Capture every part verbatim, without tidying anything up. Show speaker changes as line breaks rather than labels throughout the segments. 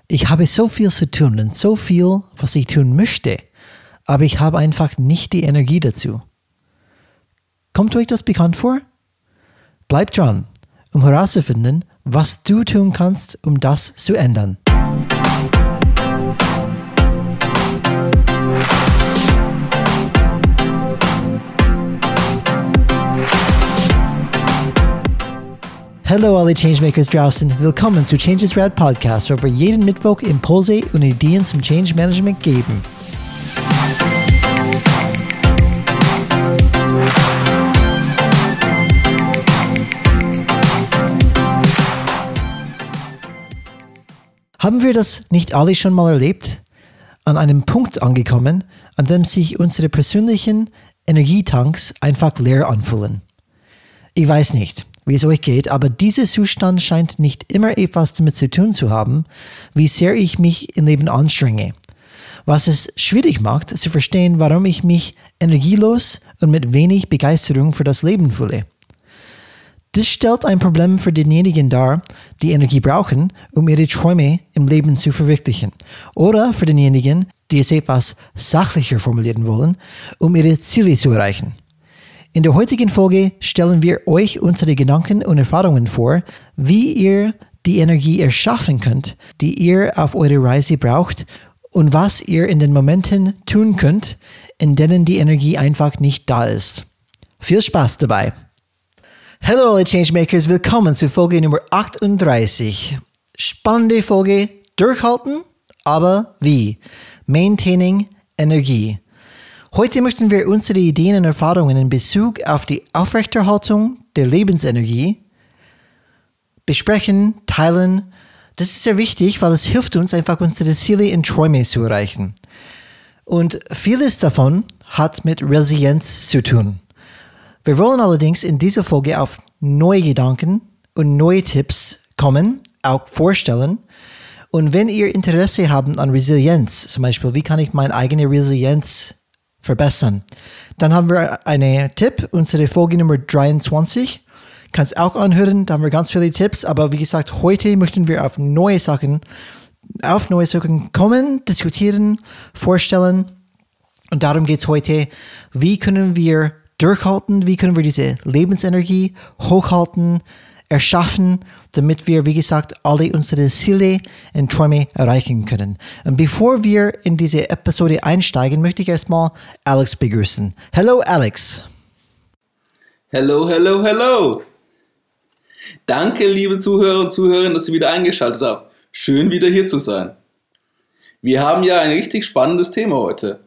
Ich habe so viel zu tun und so viel, was ich tun möchte, aber ich habe einfach nicht die Energie dazu. Kommt euch das bekannt vor? Bleibt dran, um herauszufinden, was du tun kannst, um das zu ändern. Hallo alle Changemakers draußen, willkommen zu Changes Rad Podcast, wo wir jeden Mittwoch Impulse und Ideen zum Change Management geben. Haben wir das nicht alle schon mal erlebt? An einem Punkt angekommen, an dem sich unsere persönlichen Energietanks einfach leer anfühlen. Ich weiß nicht, wie es euch geht, aber dieser Zustand scheint nicht immer etwas damit zu tun zu haben, wie sehr ich mich im Leben anstrenge. Was es schwierig macht, zu verstehen, warum ich mich energielos und mit wenig Begeisterung für das Leben fühle. Das stellt ein Problem für diejenigen dar, die Energie brauchen, um ihre Träume im Leben zu verwirklichen. Oder für diejenigen, die es etwas sachlicher formulieren wollen, um ihre Ziele zu erreichen. In der heutigen Folge stellen wir euch unsere Gedanken und Erfahrungen vor, wie ihr die Energie erschaffen könnt, die ihr auf eurer Reise braucht und was ihr in den Momenten tun könnt, in denen die Energie einfach nicht da ist. Viel Spaß dabei! Hallo alle Changemakers, willkommen zu Folge Nummer achtunddreißig. Spannende Folge, durchhalten, aber wie? Maintaining Energie. Heute möchten wir unsere Ideen und Erfahrungen in Bezug auf die Aufrechterhaltung der Lebensenergie besprechen, teilen. Das ist sehr wichtig, weil es hilft uns einfach, unsere Ziele und Träume zu erreichen. Und vieles davon hat mit Resilienz zu tun. Wir wollen allerdings in dieser Folge auf neue Gedanken und neue Tipps kommen, auch vorstellen. Und wenn ihr Interesse habt an Resilienz, zum Beispiel, wie kann ich meine eigene Resilienz verbessern, dann haben wir einen Tipp, unsere Folge Nummer dreiundzwanzig. Kannst auch anhören, da haben wir ganz viele Tipps, aber wie gesagt, heute möchten wir auf neue Sachen, auf neue Sachen kommen, diskutieren, vorstellen. Und darum geht es heute, wie können wir durchhalten, wie können wir diese Lebensenergie hochhalten, erschaffen, damit wir, wie gesagt, alle unsere Ziele und Träume erreichen können. Und bevor wir in diese Episode einsteigen, möchte ich erstmal Alex begrüßen. Hallo Alex.
Hallo, hallo, hallo. Danke, liebe Zuhörer und Zuhörerinnen, dass ihr wieder eingeschaltet habt. Schön, wieder hier zu sein. Wir haben ja ein richtig spannendes Thema heute.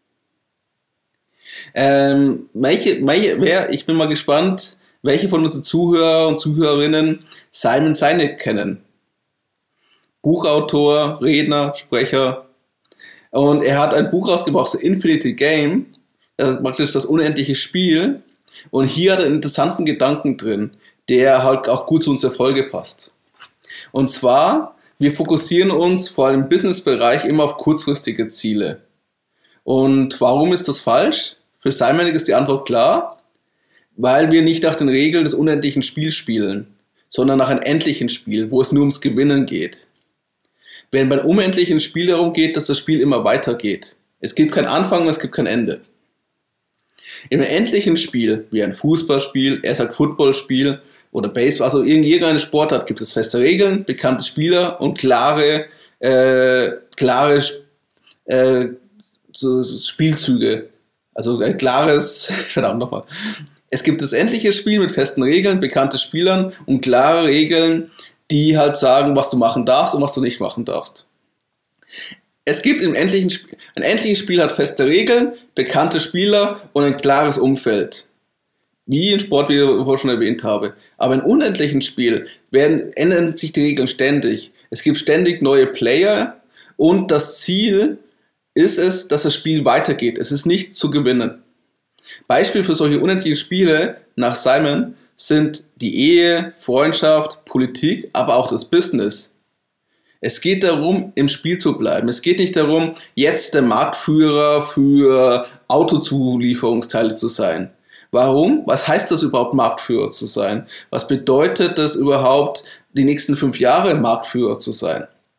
Ähm, welche, welche, wer, ich bin mal gespannt, welche von unseren Zuhörer und Zuhörerinnen Simon Sinek kennen. Buchautor, Redner, Sprecher. Und er hat ein Buch rausgebracht, The Infinite Game, das ist praktisch das unendliche Spiel. Und hier hat er einen interessanten Gedanken drin, der halt auch gut zu unserer Folge passt. Und zwar, wir fokussieren uns vor allem im Businessbereich immer auf kurzfristige Ziele. Und warum ist das falsch? Für Simon ist die Antwort klar, weil wir nicht nach den Regeln des unendlichen Spiels spielen, sondern nach einem endlichen Spiel, wo es nur ums Gewinnen geht. Während beim unendlichen Spiel darum geht, dass das Spiel immer weitergeht. Es gibt keinen Anfang, es gibt kein Ende. Im endlichen Spiel, wie ein Fußballspiel, er sagt Footballspiel oder Baseball, also irgendeine Sportart, gibt es feste Regeln, bekannte Spieler und klare, äh, klare äh, so Spielzüge. Also ein klares, verdammt nochmal. Es gibt das endliche Spiel mit festen Regeln, bekannte Spielern und klare Regeln, die halt sagen, was du machen darfst und was du nicht machen darfst. Es gibt im endlichen Spiel, ein endliches Spiel hat feste Regeln, bekannte Spieler und ein klares Umfeld. Wie im Sport, wie ich vorhin schon erwähnt habe. Aber im unendlichen Spiel werden, ändern sich die Regeln ständig. Es gibt ständig neue Player und das Ziel ist es, dass das Spiel weitergeht. Es ist nicht zu gewinnen. Beispiel für solche unendlichen Spiele nach Simon sind die Ehe, Freundschaft, Politik, aber auch das Business. Es geht darum, im Spiel zu bleiben. Es geht nicht darum, jetzt der Marktführer für Autozulieferungsteile zu sein. Warum? Was heißt das überhaupt, Marktführer zu sein? Was bedeutet das überhaupt, die nächsten fünf Jahre Marktführer zu sein?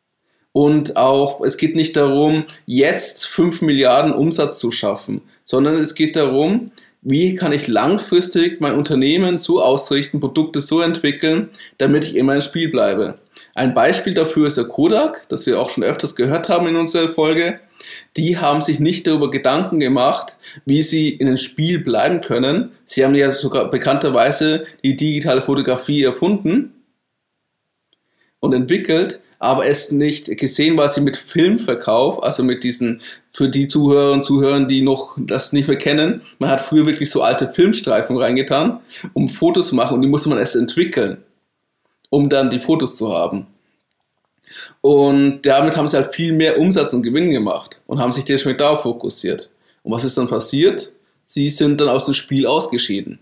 Und auch, es geht nicht darum, jetzt fünf Milliarden Umsatz zu schaffen, sondern es geht darum, wie kann ich langfristig mein Unternehmen so ausrichten, Produkte so entwickeln, damit ich immer im Spiel bleibe. Ein Beispiel dafür ist der Kodak, das wir auch schon öfters gehört haben in unserer Folge. Die haben sich nicht darüber Gedanken gemacht, wie sie in einem Spiel bleiben können. Sie haben ja sogar bekannterweise die digitale Fotografie erfunden und entwickelt, aber es nicht gesehen, was sie mit Filmverkauf, also mit diesen, für die Zuhörer und Zuhörer, die noch das nicht mehr kennen, man hat früher wirklich so alte Filmstreifen reingetan, um Fotos zu machen, und die musste man erst entwickeln, um dann die Fotos zu haben. Und damit haben sie halt viel mehr Umsatz und Gewinn gemacht und haben sich dementsprechend darauf fokussiert. Und was ist dann passiert? Sie sind dann aus dem Spiel ausgeschieden.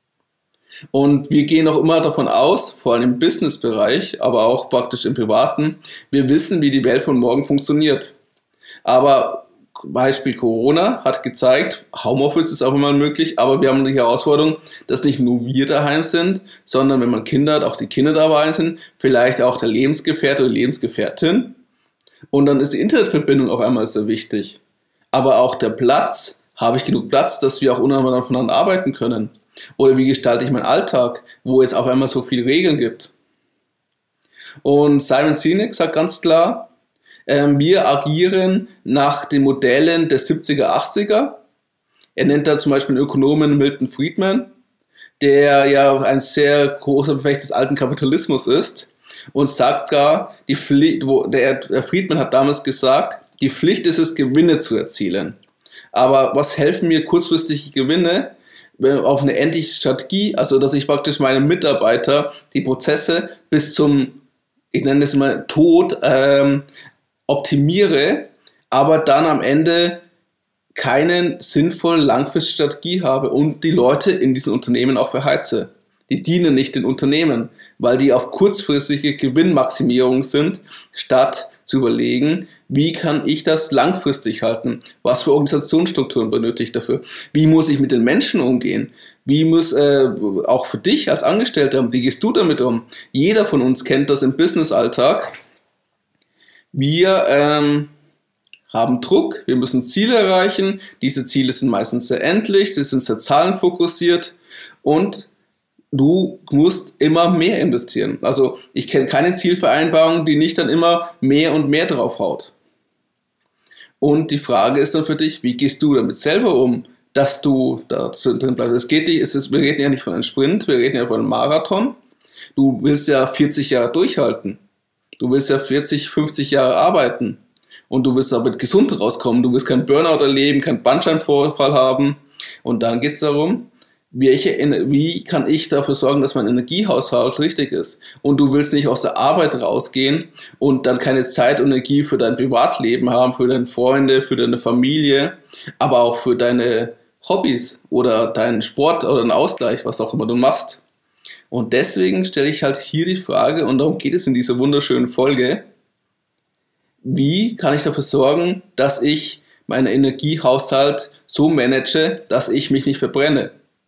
Und wir gehen auch immer davon aus, vor allem im Business-Bereich, aber auch praktisch im Privaten, wir wissen, wie die Welt von morgen funktioniert. Aber Beispiel Corona hat gezeigt, Homeoffice ist auch immer möglich, aber wir haben die Herausforderung, dass nicht nur wir daheim sind, sondern wenn man Kinder hat, auch die Kinder dabei sind, vielleicht auch der Lebensgefährte oder Lebensgefährtin. Und dann ist die Internetverbindung auf einmal sehr wichtig. Aber auch der Platz, habe ich genug Platz, dass wir auch unabhängig voneinander arbeiten können? Oder wie gestalte ich meinen Alltag, wo es auf einmal so viele Regeln gibt? Und Simon Sinek sagt ganz klar, äh, wir agieren nach den Modellen der siebziger, achtziger. Er nennt da zum Beispiel den Ökonomen Milton Friedman, der ja ein sehr großer Verfechter des alten Kapitalismus ist und sagt gar, die Pflicht, wo der, der Friedman hat damals gesagt, die Pflicht ist es, Gewinne zu erzielen. Aber was helfen mir kurzfristige Gewinne auf eine endliche Strategie, also dass ich praktisch meine Mitarbeiter die Prozesse bis zum, ich nenne es mal Tod, ähm, optimiere, aber dann am Ende keine sinnvolle langfristige Strategie habe und die Leute in diesen Unternehmen auch verheize. Die dienen nicht den Unternehmen, weil die auf kurzfristige Gewinnmaximierung sind, statt zu überlegen, wie kann ich das langfristig halten? Was für Organisationsstrukturen benötige ich dafür? Wie muss ich mit den Menschen umgehen? Wie muss äh, auch für dich als Angestellter, wie gehst du damit um? Jeder von uns kennt das im Business-Alltag. Wir ähm, haben Druck, wir müssen Ziele erreichen. Diese Ziele sind meistens sehr endlich, sie sind sehr zahlenfokussiert und du musst immer mehr investieren. Also ich kenne keine Zielvereinbarung, die nicht dann immer mehr und mehr drauf haut. Und die Frage ist dann für dich, wie gehst du damit selber um, dass du da drin bleibst? Es geht nicht, es ist, wir reden ja nicht von einem Sprint, wir reden ja von einem Marathon. Du willst ja vierzig Jahre durchhalten. Du willst ja vierzig, fünfzig Jahre arbeiten. Und du wirst damit gesund rauskommen. Du wirst keinen Burnout erleben, keinen Bandscheibenvorfall haben. Und dann geht es darum, welche, wie kann ich dafür sorgen, dass mein Energiehaushalt richtig ist? Und du willst nicht aus der Arbeit rausgehen und dann keine Zeit und Energie für dein Privatleben haben, für deine Freunde, für deine Familie, aber auch für deine Hobbys oder deinen Sport oder einen Ausgleich, was auch immer du machst. Und deswegen stelle ich halt hier die Frage, und darum geht es in dieser wunderschönen Folge, wie kann ich dafür sorgen, dass ich meinen Energiehaushalt so manage, dass ich mich nicht verbrenne?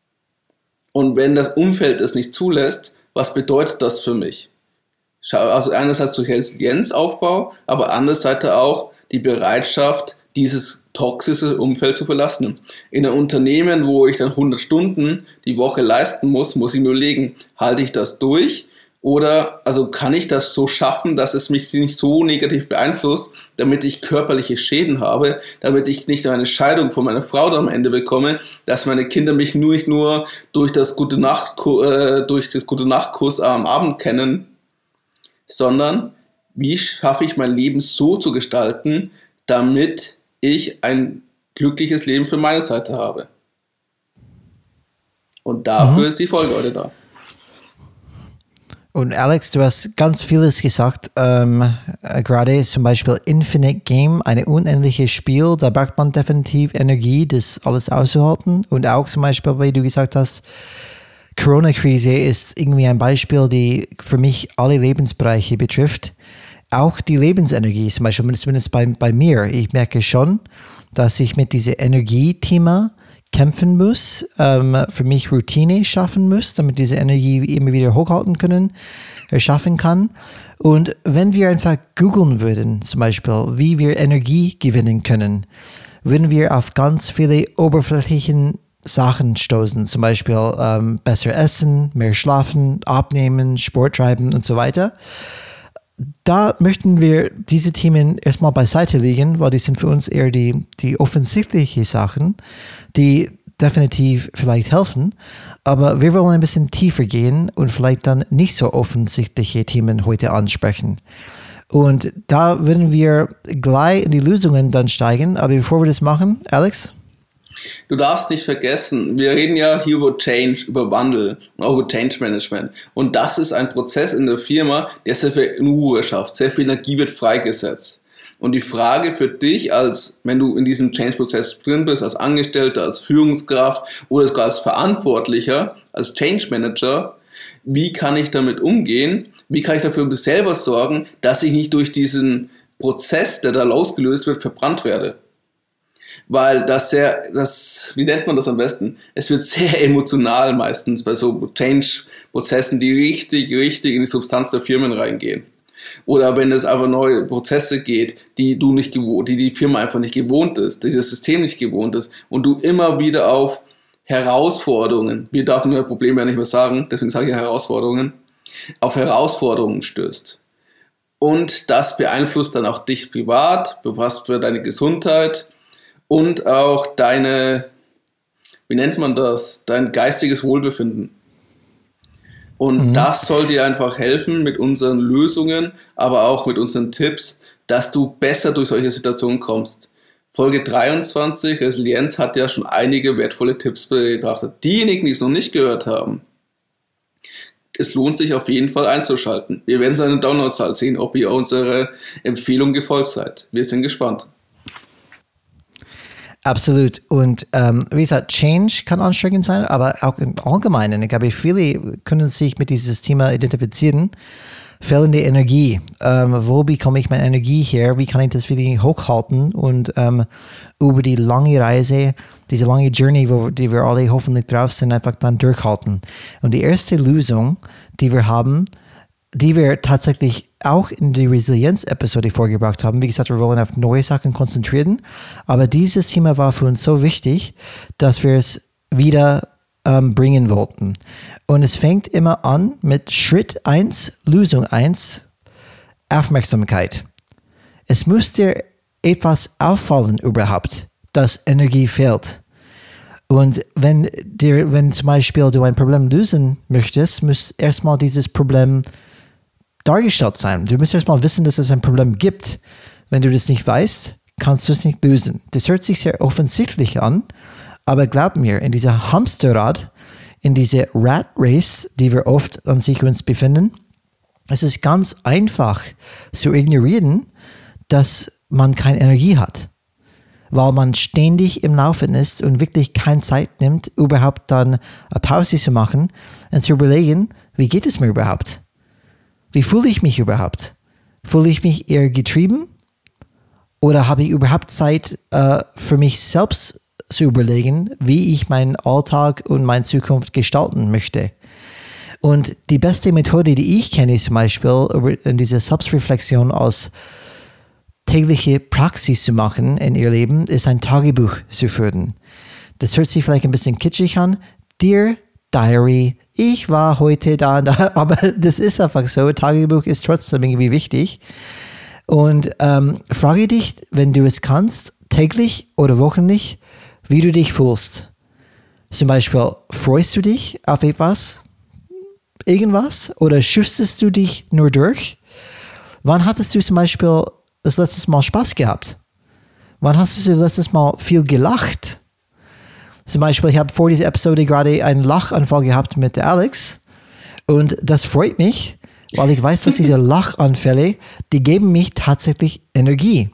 Und wenn das Umfeld es nicht zulässt, was bedeutet das für mich? Also einerseits durch Resilienzaufbau, aber andererseits auch die Bereitschaft, dieses toxische Umfeld zu verlassen. In einem Unternehmen, wo ich dann hundert Stunden die Woche leisten muss, muss ich mir überlegen, halte ich das durch? Oder also kann ich das so schaffen, dass es mich nicht so negativ beeinflusst, damit ich körperliche Schäden habe, damit ich nicht eine Scheidung von meiner Frau dann am Ende bekomme, dass meine Kinder mich nur nicht nur durch das gute Nacht äh, durch das gute Nachtkuss am Abend kennen, sondern wie schaffe ich mein Leben so zu gestalten, damit ich ein glückliches Leben für meine Seite habe. Und dafür mhm. ist die Folge heute da.
Und Alex, du hast ganz vieles gesagt, ähm, äh, gerade zum Beispiel Infinite Game, ein unendliches Spiel, da braucht man definitiv Energie, das alles auszuhalten. Und auch zum Beispiel, wie du gesagt hast, Corona-Krise ist irgendwie ein Beispiel, die für mich alle Lebensbereiche betrifft. Auch die Lebensenergie, zum Beispiel zumindest bei, bei mir. Ich merke schon, dass ich mit diesem Energiethema kämpfen muss, ähm, für mich Routine schaffen muss, damit diese Energie immer wieder hochhalten können, erschaffen kann. Und wenn wir einfach googeln würden, zum Beispiel, wie wir Energie gewinnen können, würden wir auf ganz viele oberflächlichen Sachen stoßen, zum Beispiel ähm, besser essen, mehr schlafen, abnehmen, Sport treiben und so weiter. Da möchten wir diese Themen erstmal beiseite legen, weil die sind für uns eher die, die offensichtlichen Sachen, die definitiv vielleicht helfen, aber wir wollen ein bisschen tiefer gehen und vielleicht dann nicht so offensichtliche Themen heute ansprechen. Und da würden wir gleich in die Lösungen dann steigen, aber bevor wir das machen, Alex?
Du darfst nicht vergessen, wir reden ja hier über Change, über Wandel und auch über Change Management. Und das ist ein Prozess in der Firma, der sehr viel Unruhe schafft, sehr viel Energie wird freigesetzt. Und die Frage für dich, als wenn du in diesem Change-Prozess drin bist, als Angestellter, als Führungskraft oder sogar als Verantwortlicher, als Change Manager, wie kann ich damit umgehen? Wie kann ich dafür selber sorgen, dass ich nicht durch diesen Prozess, der da losgelöst wird, verbrannt werde? Weil das sehr, das, wie nennt man das am besten? Es wird sehr emotional meistens bei so Change-Prozessen, die richtig, richtig in die Substanz der Firmen reingehen. Oder wenn es einfach neue Prozesse geht, die du nicht gewohnt, die die Firma einfach nicht gewohnt ist, die das System nicht gewohnt ist und du immer wieder auf Herausforderungen, wir dürfen ja Probleme ja nicht mehr sagen, deswegen sage ich Herausforderungen, auf Herausforderungen stößt. Und das beeinflusst dann auch dich privat, befasst für deine Gesundheit und auch deine, wie nennt man das, dein geistiges Wohlbefinden. Und mhm. das soll dir einfach helfen mit unseren Lösungen, aber auch mit unseren Tipps, dass du besser durch solche Situationen kommst. Folge dreiundzwanzig, Resilienz, hat ja schon einige wertvolle Tipps betrachtet. Diejenigen, die es noch nicht gehört haben, es lohnt sich auf jeden Fall einzuschalten. Wir werden es in den Downloads halt sehen, ob ihr unserer Empfehlung gefolgt seid. Wir sind gespannt.
Absolut. Und ähm, wie gesagt, Change kann anstrengend sein, aber auch im Allgemeinen. Ich glaube, viele können sich mit diesem Thema identifizieren. Fehlende Energie. Ähm, wo bekomme ich meine Energie her? Wie kann ich das wieder hochhalten? Und ähm, über die lange Reise, diese lange Journey, wo die wir alle hoffentlich drauf sind, einfach dann durchhalten. Und die erste Lösung, die wir haben, die wir tatsächlich auch in die Resilienz-Episode vorgebracht haben. Wie gesagt, wir wollen auf neue Sachen konzentrieren, aber dieses Thema war für uns so wichtig, dass wir es wieder ähm, bringen wollten. Und es fängt immer an mit Schritt eins, Lösung eins, Aufmerksamkeit. Es muss dir etwas auffallen überhaupt, dass Energie fehlt. Und wenn dir, wenn zum Beispiel du ein Problem lösen möchtest, muss erstmal dieses Problem dargestellt sein. Du musst erstmal wissen, dass es ein Problem gibt. Wenn du das nicht weißt, kannst du es nicht lösen. Das hört sich sehr offensichtlich an, aber glaub mir, in dieser Hamsterrad, in dieser Rat Race, die wir oft an sich uns befinden, es ist ganz einfach zu ignorieren, dass man keine Energie hat, weil man ständig im Laufen ist und wirklich keine Zeit nimmt, überhaupt dann eine Pause zu machen und zu überlegen, wie geht es mir überhaupt? Wie fühle ich mich überhaupt? Fühle ich mich eher getrieben? Oder habe ich überhaupt Zeit, äh, für mich selbst zu überlegen, wie ich meinen Alltag und meine Zukunft gestalten möchte? Und die beste Methode, die ich kenne, zum Beispiel, in diese Selbstreflexion als tägliche Praxis zu machen in ihr Leben, ist ein Tagebuch zu führen. Das hört sich vielleicht ein bisschen kitschig an. Dear Diary, ich war heute da und da, aber das ist einfach so. Tagebuch ist trotzdem irgendwie wichtig. Und ähm, frage dich, wenn du es kannst, täglich oder wöchentlich, wie du dich fühlst. Zum Beispiel, freust du dich auf etwas, irgendwas, oder schüchtest du dich nur durch? Wann hattest du zum Beispiel das letzte Mal Spaß gehabt? Wann hast du das letzte Mal viel gelacht? Zum Beispiel, ich habe vor dieser Episode gerade einen Lachanfall gehabt mit Alex und das freut mich, weil ich weiß, dass diese Lachanfälle, die geben mich tatsächlich Energie.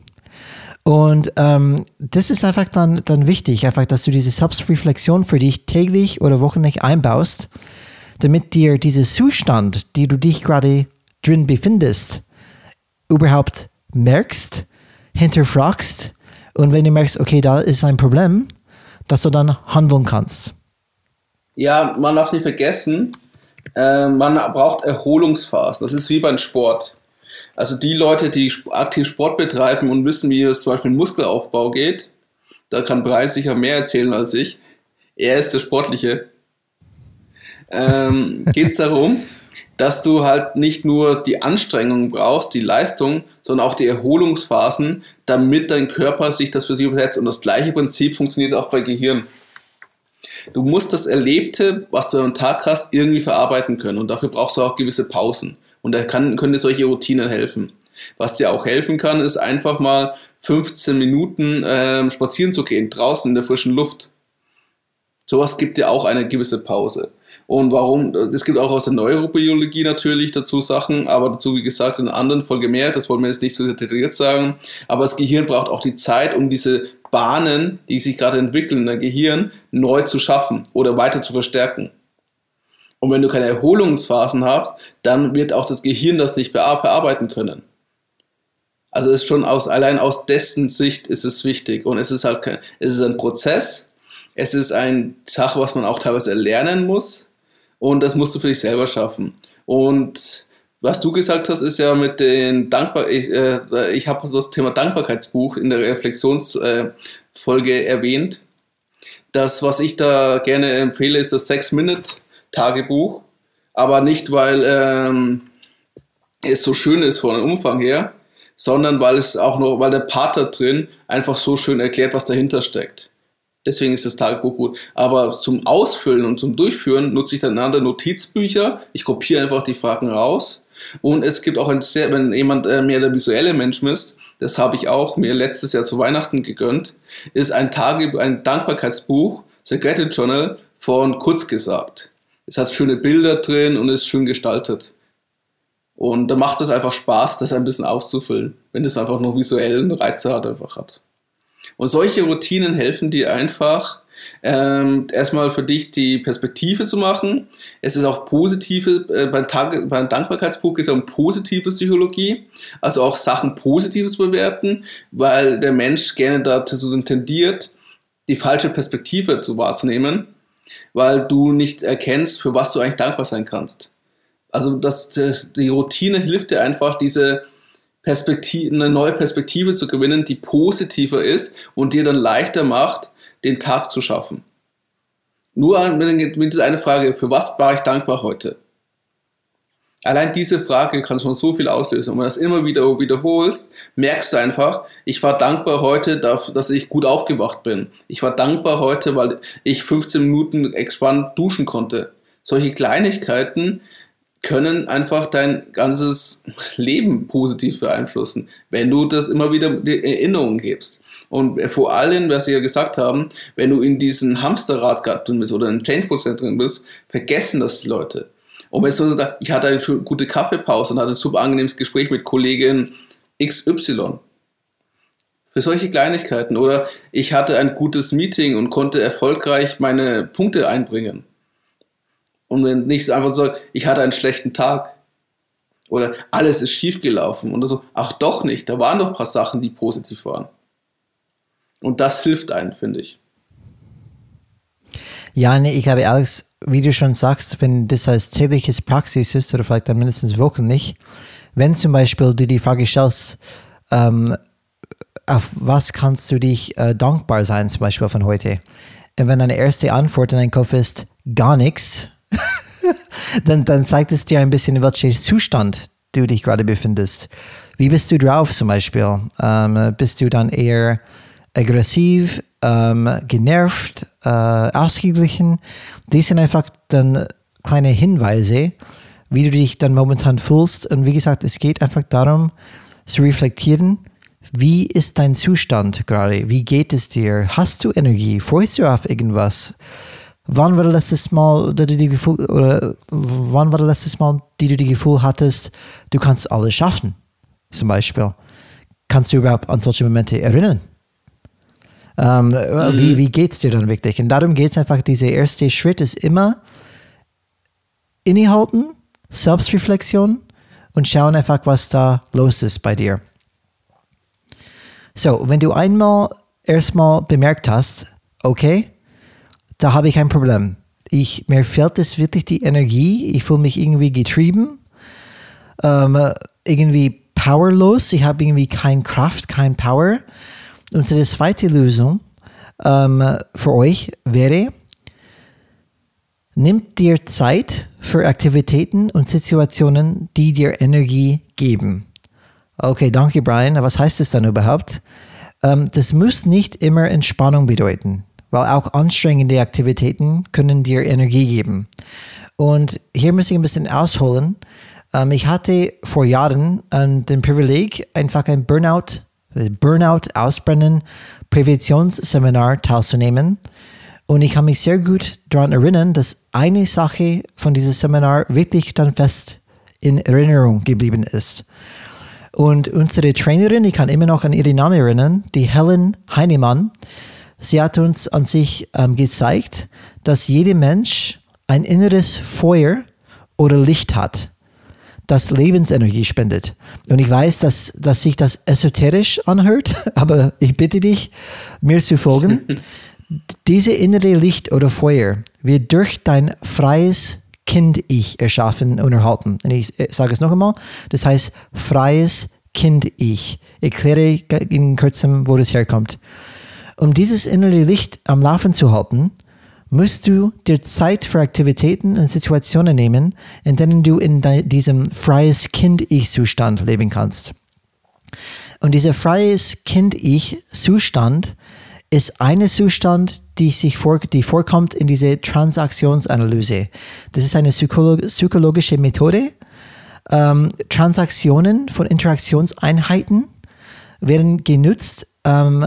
Und ähm, das ist einfach dann, dann wichtig, einfach, dass du diese Selbstreflexion für dich täglich oder wöchentlich einbaust, damit dir dieser Zustand, die du dich gerade drin befindest, überhaupt merkst, hinterfragst und wenn du merkst, okay, da ist ein Problem, dass du dann handeln kannst.
Ja, man darf nicht vergessen, äh, man braucht Erholungsphasen. Das ist wie beim Sport. Also die Leute, die aktiv Sport betreiben und wissen, wie es zum Beispiel im Muskelaufbau geht, da kann Brian sicher mehr erzählen als ich. Er ist der Sportliche. Ähm, geht es darum, dass du halt nicht nur die Anstrengung brauchst, die Leistung, sondern auch die Erholungsphasen, damit dein Körper sich das für sich übersetzt. Und das gleiche Prinzip funktioniert auch bei Gehirn. Du musst das Erlebte, was du am Tag hast, irgendwie verarbeiten können. Und dafür brauchst du auch gewisse Pausen. Und da kann, können dir solche Routinen helfen. Was dir auch helfen kann, ist einfach mal fünfzehn Minuten ähm, spazieren zu gehen, draußen in der frischen Luft. Sowas gibt dir auch eine gewisse Pause. Und warum? Es gibt auch aus der Neurobiologie natürlich dazu Sachen, aber dazu, wie gesagt, in einer anderen Folge mehr, das wollen wir jetzt nicht so detailliert sagen, aber das Gehirn braucht auch die Zeit, um diese Bahnen, die sich gerade entwickeln in der Gehirn, neu zu schaffen oder weiter zu verstärken. Und wenn du keine Erholungsphasen hast, dann wird auch das Gehirn das nicht verarbeiten können. Also es ist schon aus, allein aus dessen Sicht ist es wichtig. Und es ist halt kein, es ist ein Prozess, es ist eine Sache, was man auch teilweise erlernen muss. Und das musst du für dich selber schaffen. Und was du gesagt hast, ist ja mit den Dankbar... Ich, äh, ich habe das Thema Dankbarkeitsbuch in der Reflexionsfolge äh, erwähnt. Das, was ich da gerne empfehle, ist das Six-Minute-Tagebuch. Aber nicht, weil ähm, es so schön ist von dem Umfang her, sondern weil es auch noch, weil der Part da drin einfach so schön erklärt, was dahinter steckt. Deswegen ist das Tagebuch gut. Aber zum Ausfüllen und zum Durchführen nutze ich dann andere Notizbücher. Ich kopiere einfach die Fragen raus. Und es gibt auch ein sehr, wenn jemand äh, mehr der visuelle Mensch ist, das habe ich auch mir letztes Jahr zu Weihnachten gegönnt, ist ein Tage, ein Dankbarkeitsbuch, The Gratitude Journal von Kurzgesagt. Es hat schöne Bilder drin und ist schön gestaltet. Und da macht es einfach Spaß, das ein bisschen auszufüllen, wenn es einfach noch visuellen Reize hat, einfach hat. Und solche Routinen helfen dir einfach, ähm, erstmal für dich die Perspektive zu machen. Es ist auch positive, äh, beim, Tag, beim Dankbarkeitsbuch geht es um positive Psychologie, also auch Sachen Positives bewerten, weil der Mensch gerne dazu tendiert, die falsche Perspektive zu wahrzunehmen, weil du nicht erkennst, für was du eigentlich dankbar sein kannst. Also das, das, die Routine hilft dir einfach, diese Perspektive, eine neue Perspektive zu gewinnen, die positiver ist und dir dann leichter macht, den Tag zu schaffen. Nur mit dieser eine Frage, für was war ich dankbar heute? Allein diese Frage kann schon so viel auslösen. Und wenn du das immer wieder wiederholst, merkst du einfach, ich war dankbar heute, dass ich gut aufgewacht bin. Ich war dankbar heute, weil ich fünfzehn Minuten entspannt duschen konnte. Solche Kleinigkeiten können einfach dein ganzes Leben positiv beeinflussen, wenn du das immer wieder die Erinnerung gibst. Und vor allem, was sie ja gesagt haben, wenn du in diesem Hamsterrad drin bist oder im Change-Prozess drin bist, vergessen das die Leute. Und wenn du sagst, ich hatte eine gute Kaffeepause und hatte ein super angenehmes Gespräch mit Kollegin X Y. Für solche Kleinigkeiten. Oder ich hatte ein gutes Meeting und konnte erfolgreich meine Punkte einbringen. Und wenn nicht einfach so, ich hatte einen schlechten Tag oder alles ist schief gelaufen oder so, ach doch nicht, da waren doch ein paar Sachen, die positiv waren. Und das hilft einem, finde ich.
Ja, nee, ich glaube, Alex, wie du schon sagst, wenn das als tägliches Praxis ist oder vielleicht dann mindestens wöchentlich, wenn zum Beispiel du die Frage stellst, ähm, auf was kannst du dich äh, dankbar sein, zum Beispiel von heute? Und wenn deine erste Antwort in deinem Kopf ist, gar nichts, dann, dann zeigt es dir ein bisschen, in welchem Zustand du dich gerade befindest. Wie bist du drauf zum Beispiel? Ähm, bist du dann eher aggressiv, ähm, genervt, äh, ausgeglichen? Die sind einfach dann kleine Hinweise, wie du dich dann momentan fühlst. Und wie gesagt, es geht einfach darum, zu reflektieren, wie ist dein Zustand gerade? Wie geht es dir? Hast du Energie? Freust du auf irgendwas? Wann war das letztes Mal, dass du die Gefühl, oder wann war das letztes Mal, die du die Gefühl hattest, du kannst alles schaffen? Zum Beispiel. Kannst du überhaupt an solche Momente erinnern? Ähm, mhm. Wie, wie geht es dir dann wirklich? Und darum geht es einfach, dieser erste Schritt ist immer innehalten, Selbstreflexion und schauen einfach, was da los ist bei dir. So, wenn du einmal erstmal bemerkt hast, okay, da habe ich ein Problem. Ich, mir fehlt es wirklich die Energie. Ich fühle mich irgendwie getrieben, ähm, irgendwie powerlos. Ich habe irgendwie keine Kraft, keine Power. Unsere zweite Lösung ähm, für euch wäre, nimm dir Zeit für Aktivitäten und Situationen, die dir Energie geben. Okay, danke Brian. Was heißt das dann überhaupt? Ähm, das muss nicht immer Entspannung bedeuten, weil auch anstrengende Aktivitäten können dir Energie geben. Und hier muss ich ein bisschen ausholen. Ähm, ich hatte vor Jahren ähm, den Privileg, einfach ein Burnout, Burnout Ausbrennen Präventionsseminar teilzunehmen. Und ich kann mich sehr gut daran erinnern, dass eine Sache von diesem Seminar wirklich dann fest in Erinnerung geblieben ist. Und unsere Trainerin, ich kann immer noch an ihren Namen erinnern, die Helen Heinemann, sie hat uns an sich ähm, gezeigt, dass jeder Mensch ein inneres Feuer oder Licht hat, das Lebensenergie spendet. Und ich weiß, dass, dass sich das esoterisch anhört, aber ich bitte dich, mir zu folgen. Diese innere Licht oder Feuer wird durch dein freies Kind-Ich erschaffen und erhalten. Und ich sage es noch einmal, das heißt freies Kind-Ich. Ich erkläre in kurzem, wo das herkommt. Um dieses innere Licht am Laufen zu halten, musst du dir Zeit für Aktivitäten und Situationen nehmen, in denen du in de- diesem freies Kind-Ich-Zustand leben kannst. Und dieser freies Kind-Ich-Zustand ist ein Zustand, die sich vor, die vorkommt in dieser Transaktionsanalyse. Das ist eine psycholo- psychologische Methode. Ähm, Transaktionen von Interaktionseinheiten werden genutzt, ähm,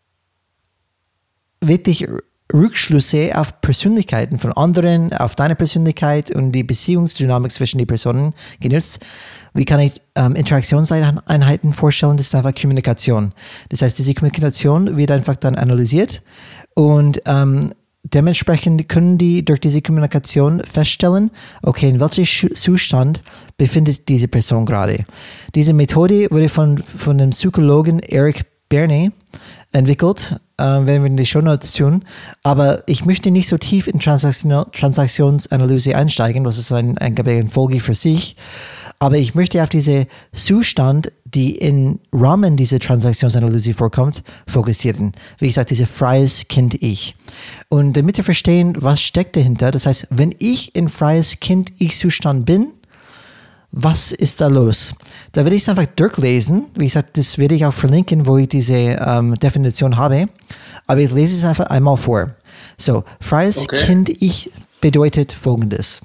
wirklich Rückschlüsse auf Persönlichkeiten von anderen, auf deine Persönlichkeit und die Beziehungsdynamik zwischen den Personen genutzt. Wie kann ich ähm, Interaktionseinheiten vorstellen? Das ist einfach Kommunikation. Das heißt, diese Kommunikation wird einfach dann analysiert und ähm, dementsprechend können die durch diese Kommunikation feststellen, okay, in welchem Zustand befindet diese Person gerade. Diese Methode wurde von, von dem Psychologen Eric Berne entwickelt, äh, werden wir in die Shownotes tun. Aber ich möchte nicht so tief in Transaktion- Transaktionsanalyse einsteigen, was ist ein, ein, eine Folge für sich. Aber ich möchte auf diese Zustand, die im Rahmen dieser Transaktionsanalyse vorkommt, fokussieren. Wie gesagt, dieses freies Kind-Ich. Und damit wir verstehen, was steckt dahinter, das heißt, wenn ich in freies Kind-Ich-Zustand bin, was ist da los? Da werde ich es einfach durchlesen. Wie gesagt, das werde ich auch verlinken, wo ich diese ähm, Definition habe. Aber ich lese es einfach einmal vor. So, freies okay. Kind-Ich bedeutet Folgendes.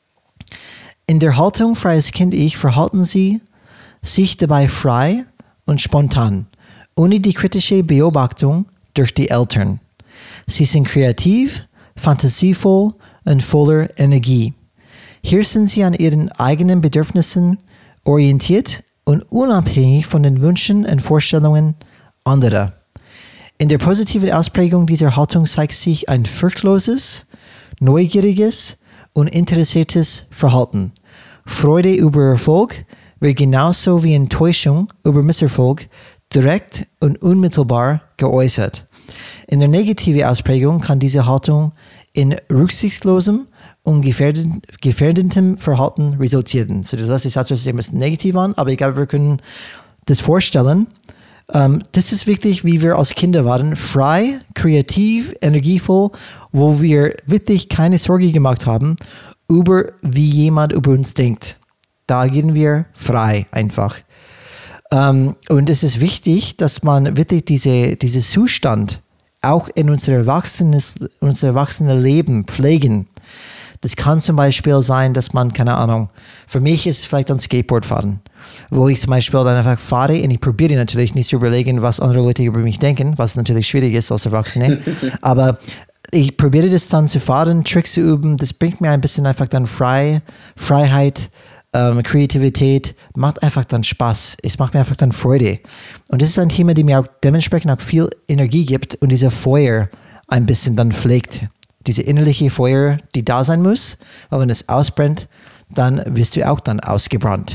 In der Haltung freies Kind-Ich verhalten Sie sich dabei frei und spontan, ohne die kritische Beobachtung durch die Eltern. Sie sind kreativ, fantasievoll und voller Energie. Hier sind sie an ihren eigenen Bedürfnissen orientiert und unabhängig von den Wünschen und Vorstellungen anderer. In der positiven Ausprägung dieser Haltung zeigt sich ein furchtloses, neugieriges und interessiertes Verhalten. Freude über Erfolg wird genauso wie Enttäuschung über Misserfolg direkt und unmittelbar geäußert. In der negativen Ausprägung kann diese Haltung in rücksichtslosem und gefährdend, gefährdetem Verhalten resultieren. So, das ist jetzt ein bisschen negativ an, aber ich glaube, wir können das vorstellen. Ähm, das ist wirklich, wie wir als Kinder waren, frei, kreativ, energievoll, wo wir wirklich keine Sorge gemacht haben über, wie jemand über uns denkt. Da gehen wir frei einfach. Ähm, und es ist wichtig, dass man wirklich diese, diese Zustand auch in unser erwachsenes, unser erwachsenes Leben pflegen. Das kann zum Beispiel sein, dass man, keine Ahnung, für mich ist es vielleicht ein Skateboardfahren, wo ich zum Beispiel dann einfach fahre und ich probiere natürlich nicht zu überlegen, was andere Leute über mich denken, was natürlich schwierig ist als Erwachsene, aber ich probiere das dann zu fahren, Tricks zu üben, das bringt mir ein bisschen einfach dann frei, Freiheit, ähm, Kreativität, macht einfach dann Spaß, es macht mir einfach dann Freude. Und das ist ein Thema, das mir auch dementsprechend auch viel Energie gibt und dieser Feuer ein bisschen dann pflegt. Diese innerliche Feuer, die da sein muss, weil wenn es ausbrennt, dann wirst du auch dann ausgebrannt.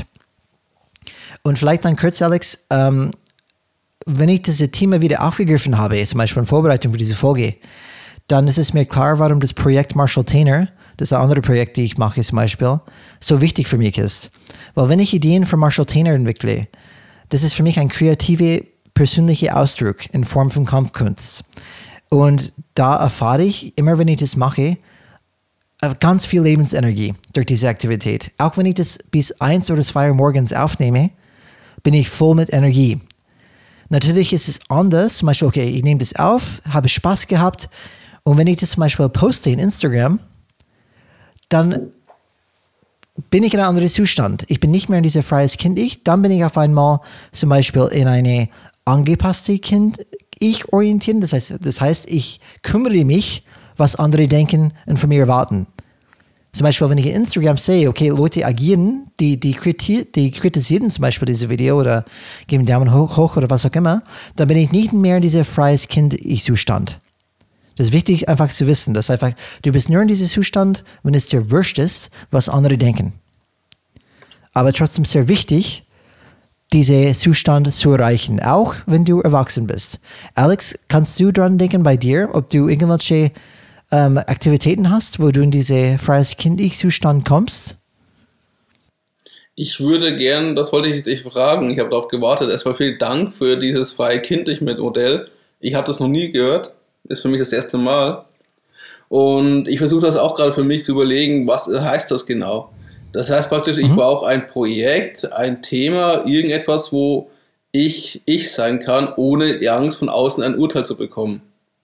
Und vielleicht dann kurz, Alex, ähm, wenn ich dieses Thema wieder aufgegriffen habe, zum Beispiel in Vorbereitung für diese Folge, dann ist es mir klar, warum das Projekt Marshall Tanner, das ist ein anderes Projekt, das ich mache zum Beispiel, so wichtig für mich ist. Weil wenn ich Ideen für Marshall Tanner entwickle, das ist für mich ein kreativer, persönlicher Ausdruck in Form von Kampfkunst. Und da erfahre ich, immer wenn ich das mache, ganz viel Lebensenergie durch diese Aktivität. Auch wenn ich das bis eins oder zwei Uhr morgens aufnehme, bin ich voll mit Energie. Natürlich ist es anders, zum Beispiel, okay, ich nehme das auf, habe Spaß gehabt und wenn ich das zum Beispiel poste in Instagram, dann bin ich in einem anderen Zustand. Ich bin nicht mehr in dieser freies Kind-Ich, dann bin ich auf einmal zum Beispiel in eine angepasste Kind-Ich orientieren. Das heißt, das heißt, ich kümmere mich, was andere denken und von mir erwarten. Zum Beispiel, wenn ich in Instagram sehe, okay, Leute agieren, die, die, kriti- die kritisieren zum Beispiel dieses Video oder geben Daumen hoch, hoch oder was auch immer, dann bin ich nicht mehr in diesem freies Kind-Ich-Zustand. Das ist wichtig, einfach zu wissen, dass einfach, du bist nur in diesem Zustand, wenn es dir wurscht ist, was andere denken. Aber trotzdem sehr wichtig, diesen Zustand zu erreichen, auch wenn du erwachsen bist. Alex, kannst du dran denken bei dir, ob du irgendwelche ähm, Aktivitäten hast, wo du in diesen freies Kind-Ich-Zustand kommst?
Ich würde gern, das wollte ich dich fragen, ich habe darauf gewartet. Erstmal vielen Dank für dieses freie Kind-Ich-Modell. Ich habe das noch nie gehört, ist für mich das erste Mal. Und ich versuche das auch gerade für mich zu überlegen, was heißt das genau? Das heißt praktisch, ich mhm. brauche ein Projekt, ein Thema, irgendetwas, wo ich ich sein kann, ohne die Angst von außen ein Urteil zu bekommen.